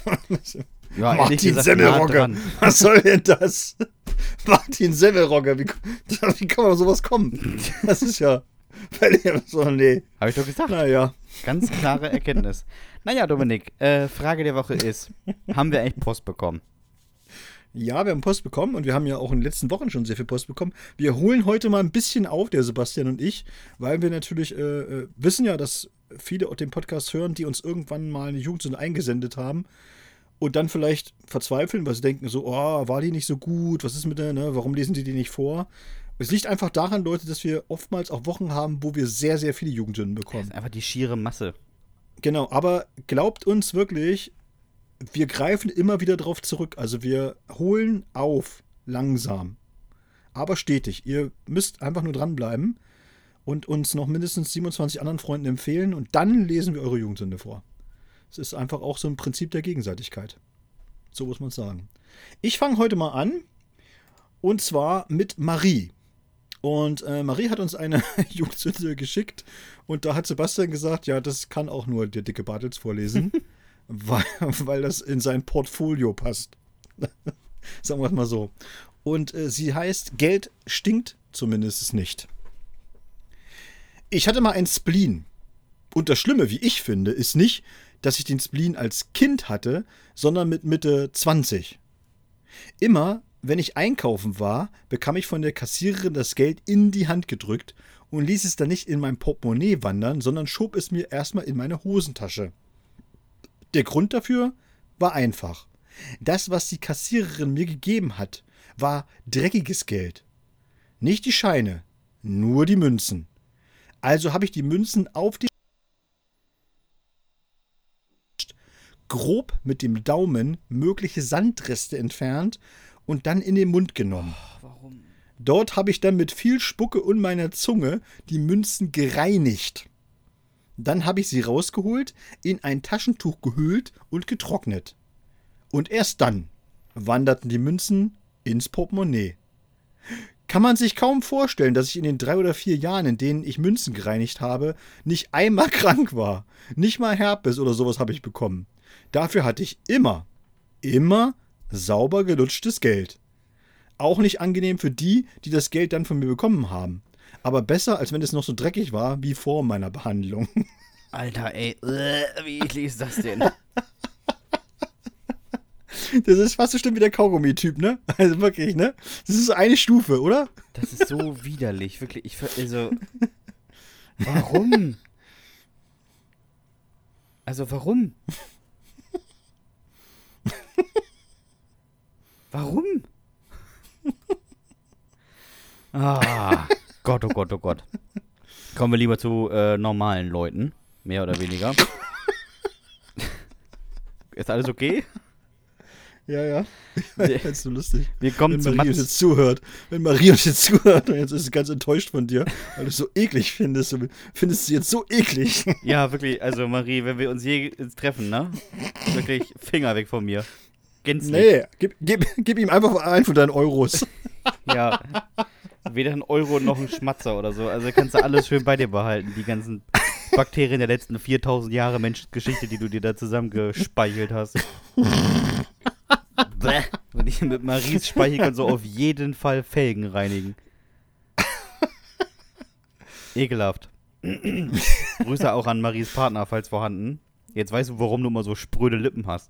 Ja, Martin Semmelrogge, was soll denn das? Martin Semmelrogge, wie, wie kann man auf sowas kommen? Das ist ja, so, nee. Hab ich doch gesagt. Naja. Ganz klare Erkenntnis. Naja, Dominik, äh, Frage der Woche ist, haben wir echt Post bekommen? Ja, wir haben Post bekommen und wir haben ja auch in den letzten Wochen schon sehr viel Post bekommen. Wir holen heute mal ein bisschen auf, der Sebastian und ich, weil wir natürlich äh, wissen ja, dass viele den Podcast hören, die uns irgendwann mal eine Jugendsünde eingesendet haben und dann vielleicht verzweifeln, weil sie denken so, oh, war die nicht so gut, was ist mit der, ne? Warum lesen die die nicht vor? Es liegt einfach daran, Leute, dass wir oftmals auch Wochen haben, wo wir sehr, sehr viele Jugendsünden bekommen. Das ist einfach die schiere Masse. Genau, aber glaubt uns wirklich, wir greifen immer wieder drauf zurück. Also wir holen auf, langsam, aber stetig. Ihr müsst einfach nur dranbleiben und uns noch mindestens siebenundzwanzig anderen Freunden empfehlen und dann lesen wir eure Jugendsünde vor. Es ist einfach auch so ein Prinzip der Gegenseitigkeit. So muss man es sagen. Ich fange heute mal an und zwar mit Marie. Und äh, Marie hat uns eine Jugendsünde geschickt und da hat Sebastian gesagt, ja, das kann auch nur der dicke Bartels vorlesen, weil, weil das in sein Portfolio passt. Sagen wir es mal so. Und äh, sie heißt, Geld stinkt zumindest nicht. Ich hatte mal einen Spleen. Und das Schlimme, wie ich finde, ist nicht, dass ich den Spleen als Kind hatte, sondern mit Mitte zwanzig. Immer, wenn ich einkaufen war, bekam ich von der Kassiererin das Geld in die Hand gedrückt und ließ es dann nicht in mein Portemonnaie wandern, sondern schob es mir erstmal in meine Hosentasche. Der Grund dafür war einfach. Das, was die Kassiererin mir gegeben hat, war dreckiges Geld. Nicht die Scheine, nur die Münzen. Also habe ich die Münzen auf die grob mit dem Daumen mögliche Sandreste entfernt und dann in den Mund genommen. Oh, warum? Dort habe ich dann mit viel Spucke und meiner Zunge die Münzen gereinigt. Dann habe ich sie rausgeholt, in ein Taschentuch gehüllt und getrocknet. Und erst dann wanderten die Münzen ins Portemonnaie. Kann man sich kaum vorstellen, dass ich in den drei oder vier Jahren, in denen ich Münzen gereinigt habe, nicht einmal krank war. Nicht mal Herpes oder sowas habe ich bekommen. Dafür hatte ich immer, immer sauber gelutschtes Geld. Auch nicht angenehm für die, die das Geld dann von mir bekommen haben. Aber besser, als wenn es noch so dreckig war wie vor meiner Behandlung. Alter, ey, wie eklig ist das denn? Das ist fast so schlimm wie der Kaugummi-Typ, ne? Also wirklich, ne? Das ist so eine Stufe, oder? Das ist so widerlich, wirklich. Ich, also, warum? Also, warum? Warum? Ah, Gott, oh Gott, oh Gott. Kommen wir lieber zu äh, normalen Leuten, mehr oder weniger. Ist alles okay? Ja, ja. Das ist so lustig. Wir kommen wenn zu Marie uns jetzt zuhört. Wenn Marie uns jetzt zuhört und jetzt ist sie ganz enttäuscht von dir, weil du es so eklig findest. Du findest sie jetzt so eklig. Ja, wirklich. Also Marie, wenn wir uns je treffen, ne? Wirklich Finger weg von mir. Gänzlich. Nee, gib, gib, gib ihm einfach einen von deinen Euros. Ja. Weder ein Euro noch ein Schmatzer oder so. Also kannst du alles schön bei dir behalten. Die ganzen Bakterien der letzten viertausend Jahre Menschengeschichte, die du dir da zusammengespeichelt hast. Bäh. Wenn ich mit Maries Speichel kann so auf jeden Fall Felgen reinigen. Ekelhaft. Grüße auch an Maries Partner, falls vorhanden. Jetzt weißt du, warum du immer so spröde Lippen hast.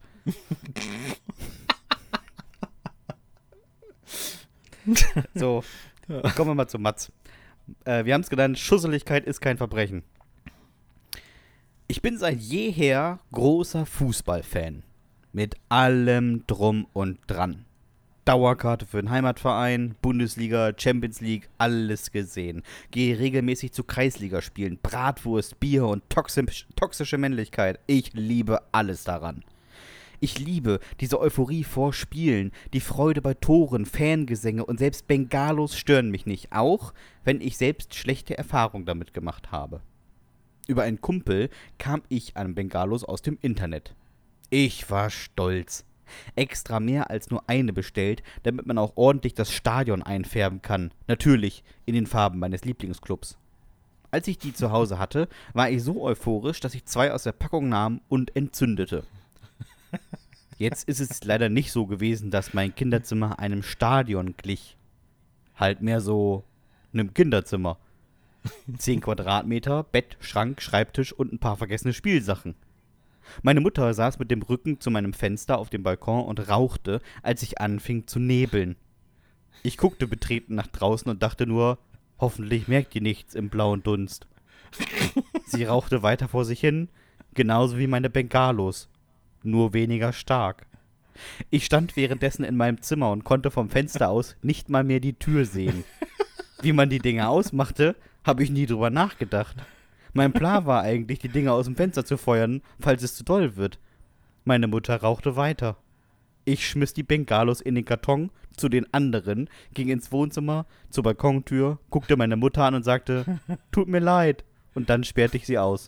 So, kommen wir mal zu Mats. Äh, wir haben es genannt, Schusseligkeit ist kein Verbrechen. Ich bin seit jeher großer Fußballfan. Mit allem drum und dran. Dauerkarte für den Heimatverein, Bundesliga, Champions League, alles gesehen. Gehe regelmäßig zu Kreisligaspielen, Bratwurst, Bier und toxisch, toxische Männlichkeit. Ich liebe alles daran. Ich liebe diese Euphorie vor Spielen, die Freude bei Toren, Fangesänge und selbst Bengalos stören mich nicht, auch wenn ich selbst schlechte Erfahrungen damit gemacht habe. Über einen Kumpel kam ich an Bengalos aus dem Internet. Ich war stolz. Extra mehr als nur eine bestellt, damit man auch ordentlich das Stadion einfärben kann. Natürlich in den Farben meines Lieblingsclubs. Als ich die zu Hause hatte, war ich so euphorisch, dass ich zwei aus der Packung nahm und entzündete. Jetzt ist es leider nicht so gewesen, dass mein Kinderzimmer einem Stadion glich. Halt mehr so einem Kinderzimmer. Zehn Quadratmeter, Bett, Schrank, Schreibtisch und ein paar vergessene Spielsachen. Meine Mutter saß mit dem Rücken zu meinem Fenster auf dem Balkon und rauchte, als ich anfing zu nebeln. Ich guckte betreten nach draußen und dachte nur, hoffentlich merkt ihr nichts im blauen Dunst. Sie rauchte weiter vor sich hin, genauso wie meine Bengalos, nur weniger stark. Ich stand währenddessen in meinem Zimmer und konnte vom Fenster aus nicht mal mehr die Tür sehen. Wie man die Dinger ausmachte, habe ich nie drüber nachgedacht. Mein Plan war eigentlich, die Dinger aus dem Fenster zu feuern, falls es zu doll wird. Meine Mutter rauchte weiter. Ich schmiss die Bengalos in den Karton zu den anderen, ging ins Wohnzimmer, zur Balkontür, guckte meine Mutter an und sagte, tut mir leid. Und dann sperrte ich sie aus.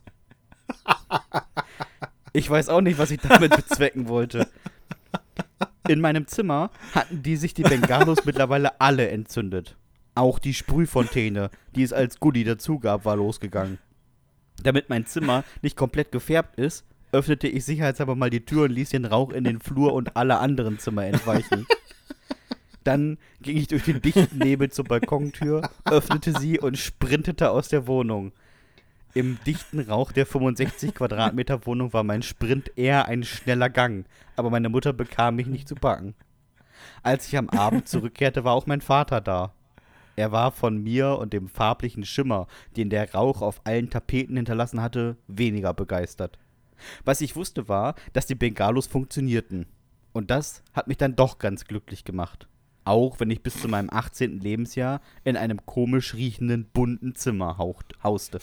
Ich weiß auch nicht, was ich damit bezwecken wollte. In meinem Zimmer hatten die sich die Bengalos mittlerweile alle entzündet. Auch die Sprühfontäne, die es als Goodie dazu gab, war losgegangen. Damit mein Zimmer nicht komplett gefärbt ist, öffnete ich sicherheitshalber mal die Tür und ließ den Rauch in den Flur und alle anderen Zimmer entweichen. Dann ging ich durch den dichten Nebel zur Balkontür, öffnete sie und sprintete aus der Wohnung. Im dichten Rauch der fünfundsechzig Quadratmeter Wohnung war mein Sprint eher ein schneller Gang, aber meine Mutter bekam mich nicht zu packen. Als ich am Abend zurückkehrte, war auch mein Vater da. Er war von mir und dem farblichen Schimmer, den der Rauch auf allen Tapeten hinterlassen hatte, weniger begeistert. Was ich wusste war, dass die Bengalos funktionierten. Und das hat mich dann doch ganz glücklich gemacht. Auch wenn ich bis zu meinem achtzehnten Lebensjahr in einem komisch riechenden, bunten Zimmer haucht, hauste.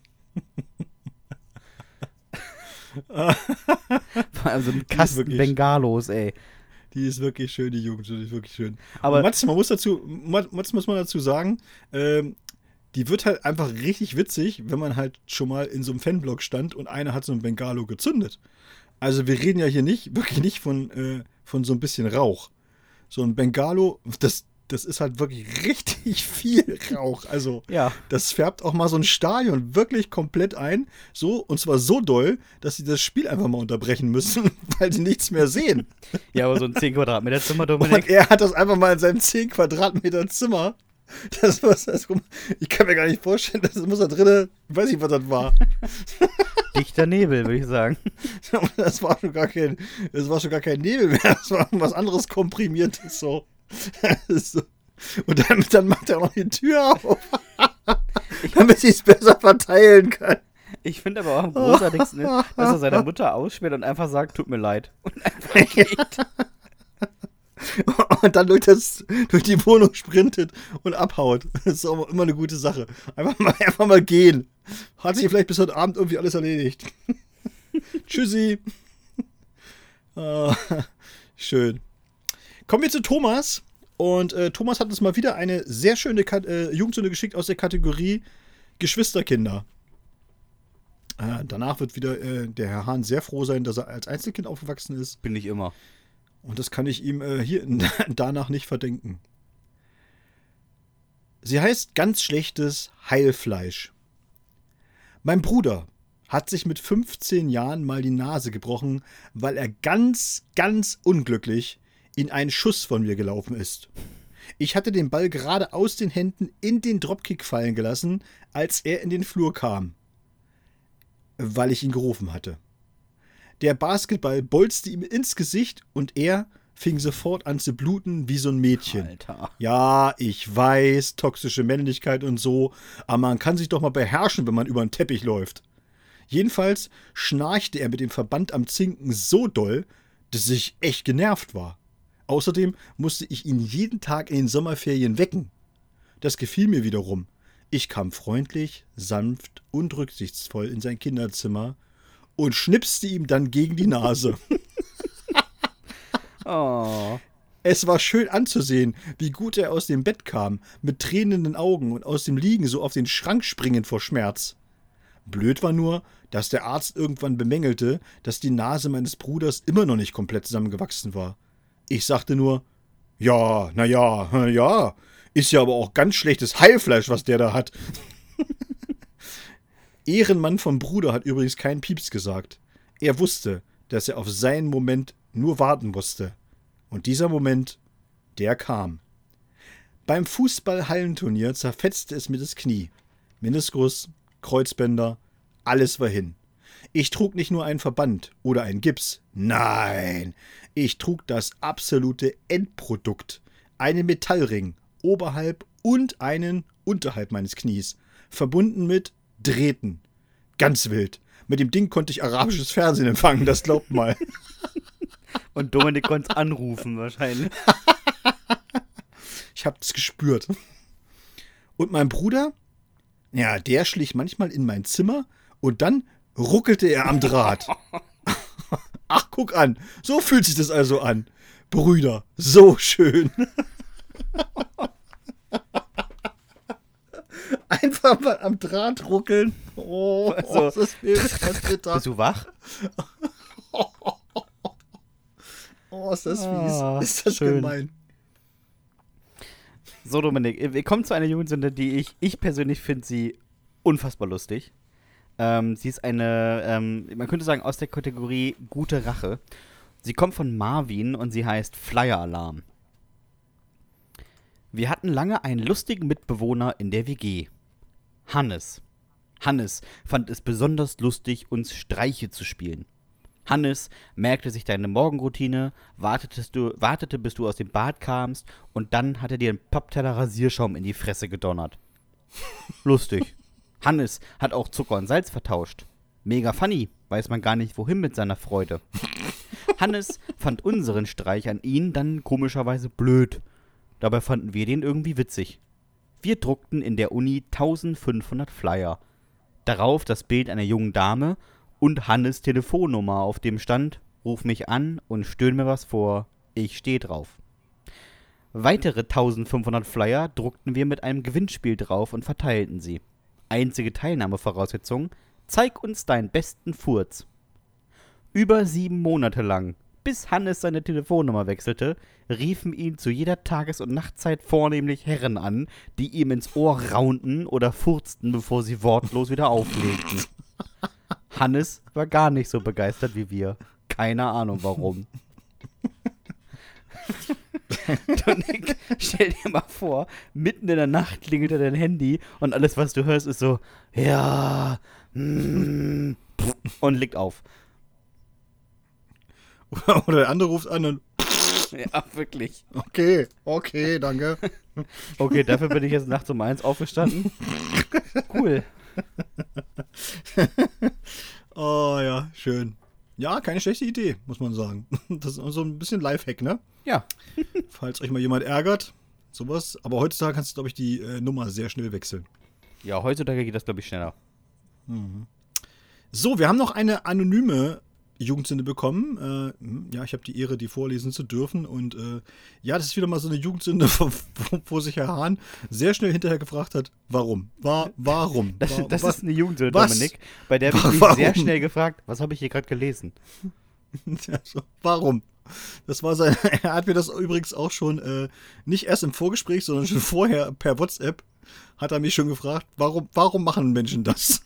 Vor allem so ein Kasten Bengalos, ey. Die ist wirklich schön, die Jugend, die ist wirklich schön. Aber Mats, man muss dazu, Mats muss man dazu sagen, ähm, die wird halt einfach richtig witzig, wenn man halt schon mal in so einem Fanblock stand und einer hat so ein Bengalo gezündet. Also wir reden ja hier nicht, wirklich nicht von, äh, von so ein bisschen Rauch. So ein Bengalo, das, das ist halt wirklich richtig viel Rauch. Also ja. Das färbt auch mal so ein Stadion wirklich komplett ein. So, und zwar so doll, dass sie das Spiel einfach mal unterbrechen müssen, weil sie nichts mehr sehen. Ja, aber so ein zehn Quadratmeter Zimmer, Dominik. Und er hat das einfach mal in seinem zehn Quadratmeter Zimmer. Das was, das, ich kann mir gar nicht vorstellen, das muss da drinnen, ich weiß nicht, was das war. Dichter Nebel, würde ich sagen. Das war schon gar kein, das war schon gar kein Nebel mehr, das war was anderes komprimiertes so. so. Und dann, dann macht er auch noch die Tür auf, damit sie es besser verteilen kann. Ich finde aber auch am großartigsten ist, dass er seiner Mutter ausspäht und einfach sagt, tut mir leid. Und einfach geht. Und dann durch, das, durch die Wohnung sprintet und abhaut. Das ist auch immer eine gute Sache. Einfach mal, einfach mal gehen. Hat sich vielleicht bis heute Abend irgendwie alles erledigt. Tschüssi. Ah, schön. Kommen wir zu Thomas. Und äh, Thomas hat uns mal wieder eine sehr schöne Kat- äh, Jugendsünde geschickt aus der Kategorie Geschwisterkinder. Äh, danach wird wieder äh, der Herr Hahn sehr froh sein, dass er als Einzelkind aufgewachsen ist. Bin ich immer. Und das kann ich ihm äh, hier danach nicht verdenken. Sie heißt ganz schlechtes Heilfleisch. Mein Bruder hat sich mit fünfzehn Jahren mal die Nase gebrochen, weil er ganz, ganz unglücklich in einen Schuss von mir gelaufen ist. Ich hatte den Ball gerade aus den Händen in den Dropkick fallen gelassen, als er in den Flur kam, weil ich ihn gerufen hatte. Der Basketball bolzte ihm ins Gesicht und er fing sofort an zu bluten wie so ein Mädchen. Alter. Ja, ich weiß, toxische Männlichkeit und so, aber man kann sich doch mal beherrschen, wenn man über den Teppich läuft. Jedenfalls schnarchte er mit dem Verband am Zinken so doll, dass ich echt genervt war. Außerdem musste ich ihn jeden Tag in den Sommerferien wecken. Das gefiel mir wiederum. Ich kam freundlich, sanft und rücksichtsvoll in sein Kinderzimmer und schnipste ihm dann gegen die Nase. Oh. Es war schön anzusehen, wie gut er aus dem Bett kam, mit tränenden Augen und aus dem Liegen so auf den Schrank springend vor Schmerz. Blöd war nur, dass der Arzt irgendwann bemängelte, dass die Nase meines Bruders immer noch nicht komplett zusammengewachsen war. Ich sagte nur, ja, na ja, ja, ist ja aber auch ganz schlechtes Heilfleisch, was der da hat. Ehrenmann vom Bruder hat übrigens keinen Pieps gesagt. Er wusste, dass er auf seinen Moment nur warten musste. Und dieser Moment, der kam. Beim Fußball-Hallenturnier zerfetzte es mir das Knie. Meniskus, Kreuzbänder, alles war hin. Ich trug nicht nur einen Verband oder einen Gips. Nein, ich trug das absolute Endprodukt. Einen Metallring oberhalb und einen unterhalb meines Knies. Verbunden mit Drähten. Ganz wild. Mit dem Ding konnte ich arabisches Fernsehen empfangen, das glaubt mal. Und Dominik konnte anrufen wahrscheinlich. Ich hab's gespürt. Und mein Bruder, ja, der schlich manchmal in mein Zimmer und dann ruckelte er am Draht. Ach, guck an, so fühlt sich das also an. Brüder, so schön. Einfach mal am Draht ruckeln. Oh, Also, oh ist das bitter. Bist du wach? Oh, ist das fies. Ah, ist das schön. gemein. So, Dominik, wir kommen zu einer Jugendsünde, die ich, ich persönlich finde sie unfassbar lustig. Ähm, sie ist eine, ähm, man könnte sagen, aus der Kategorie gute Rache. Sie kommt von Marvin und sie heißt Flyer Alarm. Wir hatten lange einen lustigen Mitbewohner in der W G. Hannes. Hannes fand es besonders lustig, uns Streiche zu spielen. Hannes merkte sich deine Morgenroutine, wartetest du, wartete, bis du aus dem Bad kamst und dann hat er dir einen Pappteller Rasierschaum in die Fresse gedonnert. Lustig. Hannes hat auch Zucker und Salz vertauscht. Mega funny, weiß man gar nicht, wohin mit seiner Freude. Hannes fand unseren Streich an ihn dann komischerweise blöd. Dabei fanden wir den irgendwie witzig. Wir druckten in der Uni eintausendfünfhundert Flyer. Darauf das Bild einer jungen Dame und Hannes' Telefonnummer, auf dem stand: Ruf mich an und stöhn mir was vor, ich steh drauf. Weitere eintausendfünfhundert Flyer druckten wir mit einem Gewinnspiel drauf und verteilten sie. Einzige Teilnahmevoraussetzung: zeig uns deinen besten Furz. Über sieben Monate lang, bis Hannes seine Telefonnummer wechselte, riefen ihn zu jeder Tages- und Nachtzeit vornehmlich Herren an, die ihm ins Ohr raunten oder furzten, bevor sie wortlos wieder auflegten. Hannes war gar nicht so begeistert wie wir. Keine Ahnung warum. Dominik, stell dir mal vor, mitten in der Nacht klingelt dein Handy und alles, was du hörst, ist so, ja, mm, und legt auf. Oder der andere ruft an und Ja, wirklich. okay, okay, danke. Okay, dafür bin ich jetzt nachts um eins aufgestanden. Cool. Oh ja, schön. Ja, keine schlechte Idee, muss man sagen. Das ist so ein bisschen Lifehack, ne? Ja. Falls euch mal jemand ärgert, sowas. Aber heutzutage kannst du, glaube ich, die äh, Nummer sehr schnell wechseln. Ja, heutzutage geht das, glaube ich, schneller. Mhm. So, wir haben noch eine anonyme Jugendsünde bekommen. Äh, ja, ich habe die Ehre, die vorlesen zu dürfen. Und äh, ja, das ist wieder mal so eine Jugendsünde, wo, wo sich Herr Hahn sehr schnell hinterher gefragt hat, warum? War, warum? Das, War, das was, ist eine Jugendsünde, was? Dominik, bei der habe ich mich Warum? sehr schnell gefragt, was habe ich hier gerade gelesen? Ja, so, warum? Das war sein. Er hat mir das übrigens auch schon äh, nicht erst im Vorgespräch, sondern schon vorher per WhatsApp hat er mich schon gefragt, warum, warum machen Menschen das?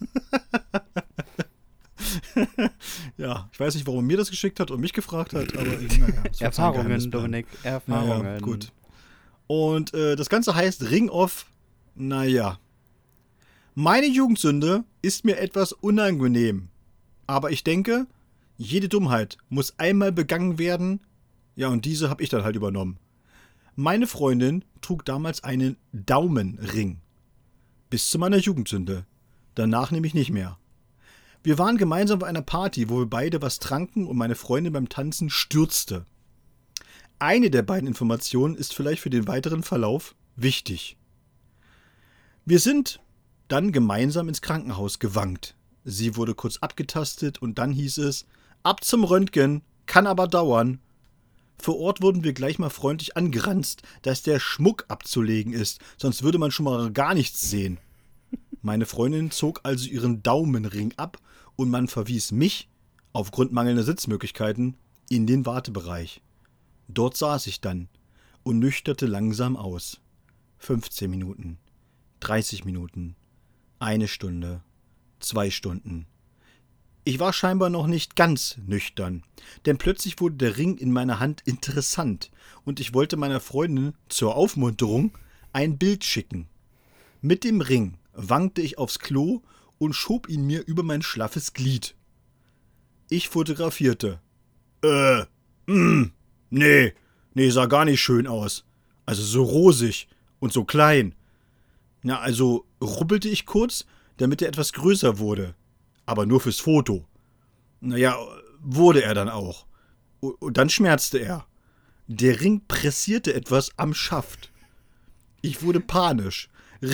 Ja, ich weiß nicht, warum er mir das geschickt hat und mich gefragt hat, aber naja, Erfahrungen, Dominik, Erfahrungen. Naja, gut. Und äh, das Ganze heißt Ring of, naja. Meine Jugendsünde ist mir etwas unangenehm, aber ich denke, jede Dummheit muss einmal begangen werden. Ja, und diese habe ich dann halt übernommen. Meine Freundin trug damals einen Daumenring. Bis zu meiner Jugendsünde. Danach nämlich nicht mehr. Wir waren gemeinsam bei einer Party, wo wir beide was tranken und meine Freundin beim Tanzen stürzte. Eine der beiden Informationen ist vielleicht für den weiteren Verlauf wichtig. Wir sind dann gemeinsam ins Krankenhaus gewankt. Sie wurde kurz abgetastet und dann hieß es, ab zum Röntgen, kann aber dauern. Vor Ort wurden wir gleich mal freundlich angeranzt, dass der Schmuck abzulegen ist, sonst würde man schon mal gar nichts sehen. Meine Freundin zog also ihren Daumenring ab und man verwies mich, aufgrund mangelnder Sitzmöglichkeiten, in den Wartebereich. Dort saß ich dann und nüchterte langsam aus. fünfzehn Minuten, dreißig Minuten, eine Stunde, zwei Stunden. Ich war scheinbar noch nicht ganz nüchtern, denn plötzlich wurde der Ring in meiner Hand interessant und ich wollte meiner Freundin zur Aufmunterung ein Bild schicken. Mit dem Ring wankte ich aufs Klo und schob ihn mir über mein schlaffes Glied. Ich fotografierte. Äh, mh, nee, nee, sah gar nicht schön aus. Also so rosig und so klein. Na, also rubbelte ich kurz, damit er etwas größer wurde. Aber nur fürs Foto. Naja, wurde er dann auch. Und dann schmerzte er. Der Ring pressierte etwas am Schaft. Ich wurde panisch.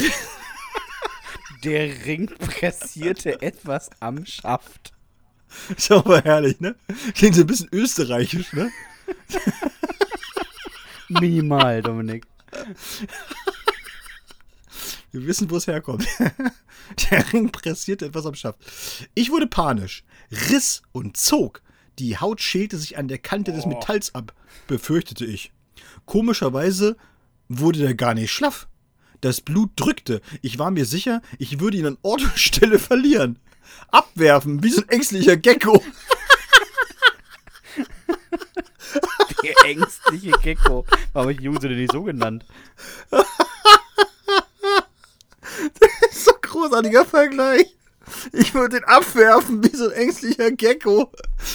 Der Ring pressierte etwas am Schaft. Ist aber herrlich, ne? Klingt so ein bisschen österreichisch, ne? Minimal, Dominik. Wir wissen, wo es herkommt. Der Ring pressierte etwas am Schaft. Ich wurde panisch, riss und zog. Die Haut schälte sich an der Kante des Metalls ab, befürchtete ich. Komischerweise wurde der gar nicht schlaff. Das Blut drückte. Ich war mir sicher, ich würde ihn an Ort und Stelle verlieren. Abwerfen, wie so ein ängstlicher Gecko. Der ängstliche Gecko. Warum habe ich die Jungs denn nicht so genannt? Das ist so ein großartiger Vergleich. Ich würde den abwerfen, wie so ein ängstlicher Gecko.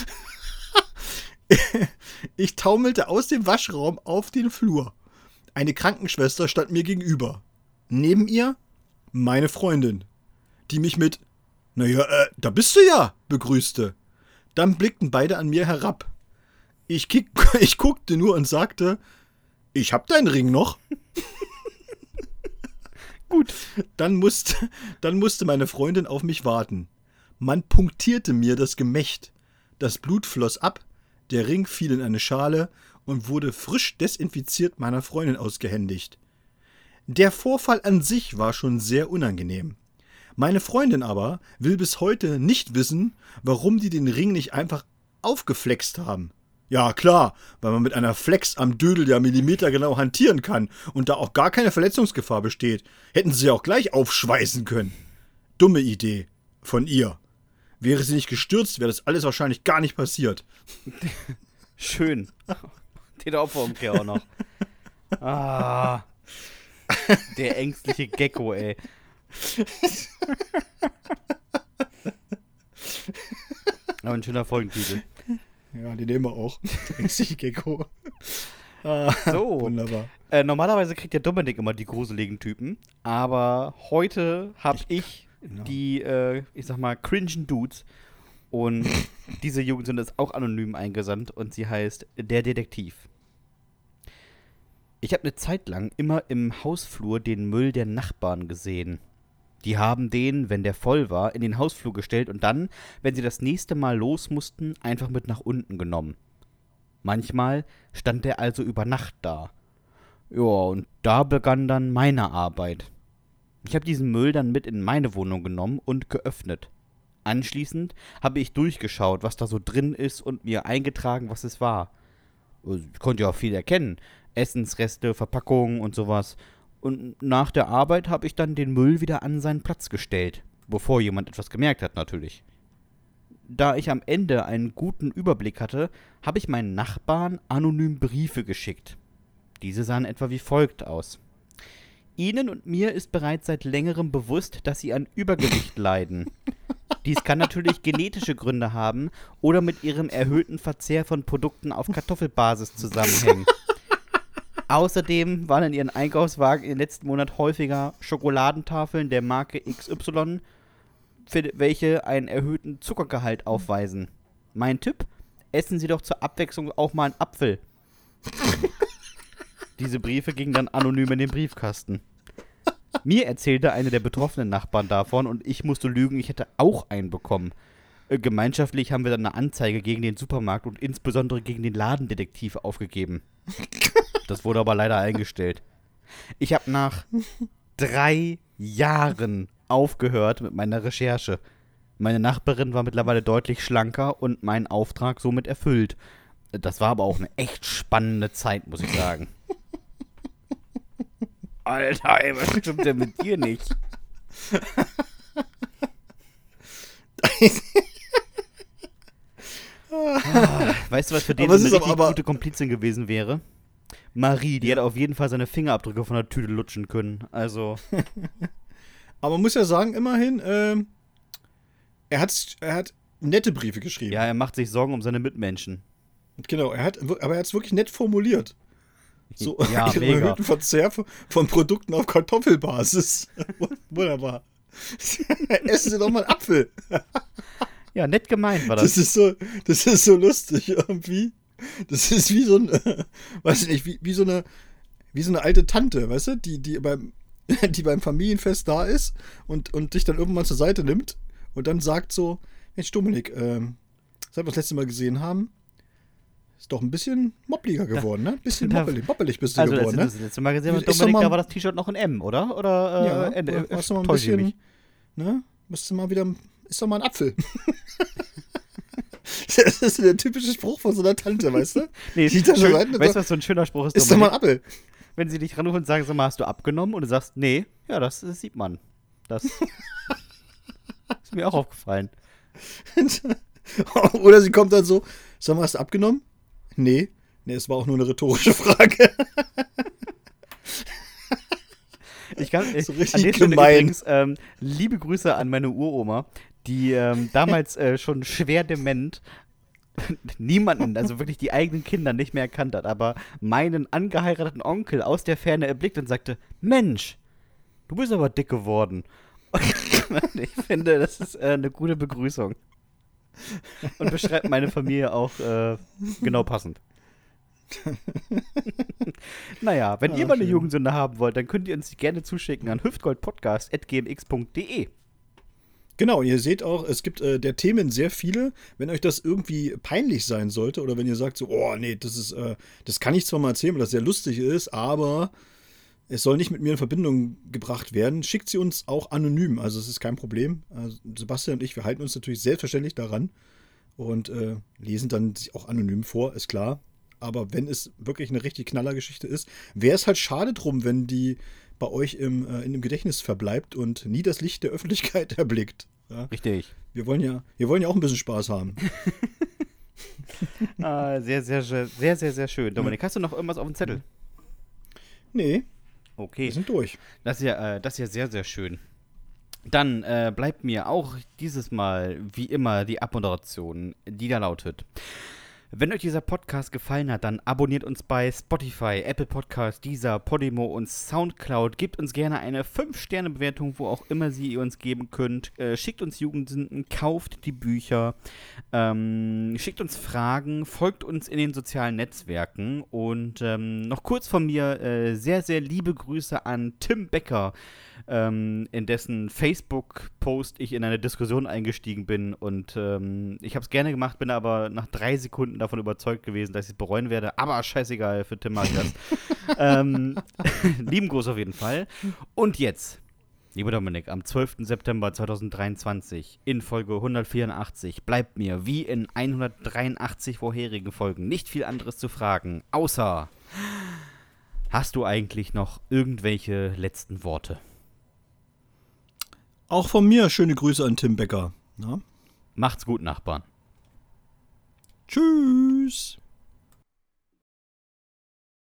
Ich taumelte aus dem Waschraum auf den Flur. Eine Krankenschwester stand mir gegenüber. Neben ihr meine Freundin, die mich mit »Naja, äh, da bist du ja«, begrüßte. Dann blickten beide an mir herab. Ich, kick, ich guckte nur und sagte, »Ich hab deinen Ring noch.« Gut. Dann musste, dann musste meine Freundin auf mich warten. Man punktierte mir das Gemächt. Das Blut floss ab, der Ring fiel in eine Schale und wurde frisch desinfiziert meiner Freundin ausgehändigt. Der Vorfall an sich war schon sehr unangenehm. Meine Freundin aber will bis heute nicht wissen, warum die den Ring nicht einfach aufgeflext haben. Ja klar, weil man mit einer Flex am Dödel ja millimetergenau hantieren kann und da auch gar keine Verletzungsgefahr besteht. Hätten sie ja auch gleich aufschweißen können. Dumme Idee von ihr. Wäre sie nicht gestürzt, wäre das alles wahrscheinlich gar nicht passiert. Schön. Den Opferumkehr auch noch. Ah. Der ängstliche Gecko, ey. Aber ein schöner Folgentitel. Ja, den nehmen wir auch. Der ängstliche Gecko. Ah, so. Wunderbar. Äh, normalerweise kriegt der Dominik immer die gruseligen Typen, aber heute habe ich, ich genau. die, äh, ich sag mal, cringen Dudes. Und diese Jugend sind jetzt auch anonym eingesandt und sie heißt Der Detektiv. Ich habe eine Zeit lang immer im Hausflur den Müll der Nachbarn gesehen. Die haben den, wenn der voll war, in den Hausflur gestellt und dann, wenn sie das nächste Mal los mussten, einfach mit nach unten genommen. Manchmal stand der also über Nacht da. Ja, und da begann dann meine Arbeit. Ich habe diesen Müll dann mit in meine Wohnung genommen und geöffnet. Anschließend habe ich durchgeschaut, was da so drin ist und mir eingetragen, was es war. Ich konnte ja auch viel erkennen. Essensreste, Verpackungen und sowas. Und nach der Arbeit habe ich dann den Müll wieder an seinen Platz gestellt. Bevor jemand etwas gemerkt hat, natürlich. Da ich am Ende einen guten Überblick hatte, habe ich meinen Nachbarn anonym Briefe geschickt. Diese sahen etwa wie folgt aus. Ihnen und mir ist bereits seit längerem bewusst, dass Sie an Übergewicht leiden. Dies kann natürlich genetische Gründe haben oder mit Ihrem erhöhten Verzehr von Produkten auf Kartoffelbasis zusammenhängen. Außerdem waren in Ihren Einkaufswagen im letzten Monat häufiger Schokoladentafeln der Marke X Y, für welche einen erhöhten Zuckergehalt aufweisen. Mein Tipp? Essen Sie doch zur Abwechslung auch mal einen Apfel. Diese Briefe gingen dann anonym in den Briefkasten. Mir erzählte eine der betroffenen Nachbarn davon und ich musste lügen, ich hätte auch einen bekommen. Äh, gemeinschaftlich haben wir dann eine Anzeige gegen den Supermarkt und insbesondere gegen den Ladendetektiv aufgegeben. Das wurde aber leider eingestellt. Ich habe nach drei Jahren aufgehört mit meiner Recherche. Meine Nachbarin war mittlerweile deutlich schlanker und mein Auftrag somit erfüllt. Das war aber auch eine echt spannende Zeit, muss ich sagen. Alter, ey, was stimmt denn mit dir nicht? Ah, weißt du, was für den so eine richtig aber, gute Komplizin gewesen wäre? Marie, die ja. hätte auf jeden Fall seine Fingerabdrücke von der Tüte lutschen können. Also. Aber man muss ja sagen, immerhin, ähm, er, hat, er hat nette Briefe geschrieben. Ja, er macht sich Sorgen um seine Mitmenschen. Genau, er hat, aber er hat es wirklich nett formuliert. So, ja, mega. Erhöhten Verzehr von Produkten auf Kartoffelbasis. Wunderbar. Essen Sie doch mal einen Apfel. Ja, nett gemeint war das. Das ist so, das ist so lustig irgendwie. Das ist wie so ein, äh, weiß ich nicht, wie, wie so eine, wie so eine alte Tante, weißt du, die, die beim, die beim Familienfest da ist und, und dich dann irgendwann zur Seite nimmt und dann sagt so, Mensch Dominik, ähm, seit wir das letzte Mal gesehen haben, ist doch ein bisschen moppliger geworden, ne? Ein bisschen Da- moppelig, moppelig bist du Also, geworden, das, ne? das letzte Mal gesehen mit Ist doch Dominik, mal- da war das T-Shirt noch ein M, oder? Oder, äh, Ja, äh, äh, warst du mal ein täusche ich bisschen, mich? ne? Müsstest du mal wieder, ist doch mal ein Apfel. Das ist der typische Spruch von so einer Tante, weißt du? Nee, Die da so schön, rein und weißt du, sagt, was so ein schöner Spruch ist, ist doch mal ein Dominik? Apfel. wenn sie dich ranrufen und sagen, sag mal, hast du abgenommen? Und du sagst, nee, ja, das, das sieht man. Das ist mir auch aufgefallen. Oder sie kommt dann so, sag mal, hast du abgenommen? Nee. Nee, es war auch nur eine rhetorische Frage. Ich kann, ich, So richtig an der Stelle gemein. übrigens, ähm, liebe Grüße an meine Uroma, die ähm, damals äh, schon schwer dement niemanden, also wirklich die eigenen Kinder nicht mehr erkannt hat, aber meinen angeheirateten Onkel aus der Ferne erblickt und sagte, Mensch, du bist aber dick geworden. Und ich finde, das ist äh, eine gute Begrüßung. Und beschreibt meine Familie auch äh, genau passend. Naja, wenn Ah, ihr mal eine schön. Jugendsünde haben wollt, dann könnt ihr uns die gerne zuschicken an hüftgoldpodcast at gmx punkt de. Genau, und ihr seht auch, es gibt äh, der Themen sehr viele. Wenn euch das irgendwie peinlich sein sollte oder wenn ihr sagt so, oh nee, das ist, äh, das kann ich zwar mal erzählen, weil das sehr lustig ist, aber es soll nicht mit mir in Verbindung gebracht werden, schickt sie uns auch anonym. Also es ist kein Problem. Also Sebastian und ich, wir halten uns natürlich selbstverständlich daran und äh, lesen dann sich auch anonym vor, ist klar. Aber wenn es wirklich eine richtig Knallergeschichte ist, wäre es halt schade drum, wenn die bei euch im, äh, in dem Gedächtnis verbleibt und nie das Licht der Öffentlichkeit erblickt. Ja? Richtig. Wir wollen ja, wir wollen ja auch ein bisschen Spaß haben. Ah, sehr, sehr, sehr, sehr, sehr, sehr schön. Dominik, hast du noch irgendwas auf dem Zettel? Nee, Okay, wir sind durch. das ist ja, äh, das ist ja sehr, sehr schön. Dann äh, bleibt mir auch dieses Mal, wie immer, die Abmoderation, die da lautet. Wenn euch dieser Podcast gefallen hat, dann abonniert uns bei Spotify, Apple Podcast, Deezer, Podimo und Soundcloud. Gebt uns gerne eine fünf Sterne Bewertung, wo auch immer sie ihr uns geben könnt. Äh, schickt uns Jugendsünden, kauft die Bücher, ähm, schickt uns Fragen, folgt uns in den sozialen Netzwerken. Und ähm, noch kurz von mir äh, sehr, sehr liebe Grüße an Tim Becker, ähm, in dessen Facebook-Post ich in eine Diskussion eingestiegen bin. Und ähm, ich habe es gerne gemacht, bin aber nach drei Sekunden davon überzeugt gewesen, dass ich es bereuen werde. Aber scheißegal, für Tim mag ich das. ähm, lieben Gruß auf jeden Fall. Und jetzt, lieber Dominik, am zwölften September zweitausenddreiundzwanzig in Folge hundertvierundachtzig bleibt mir, wie in hundertdreiundachtzig vorherigen Folgen, nicht viel anderes zu fragen, außer, hast du eigentlich noch irgendwelche letzten Worte? Auch von mir schöne Grüße an Tim Becker. Ja? Macht's gut, Nachbarn. Tschüss.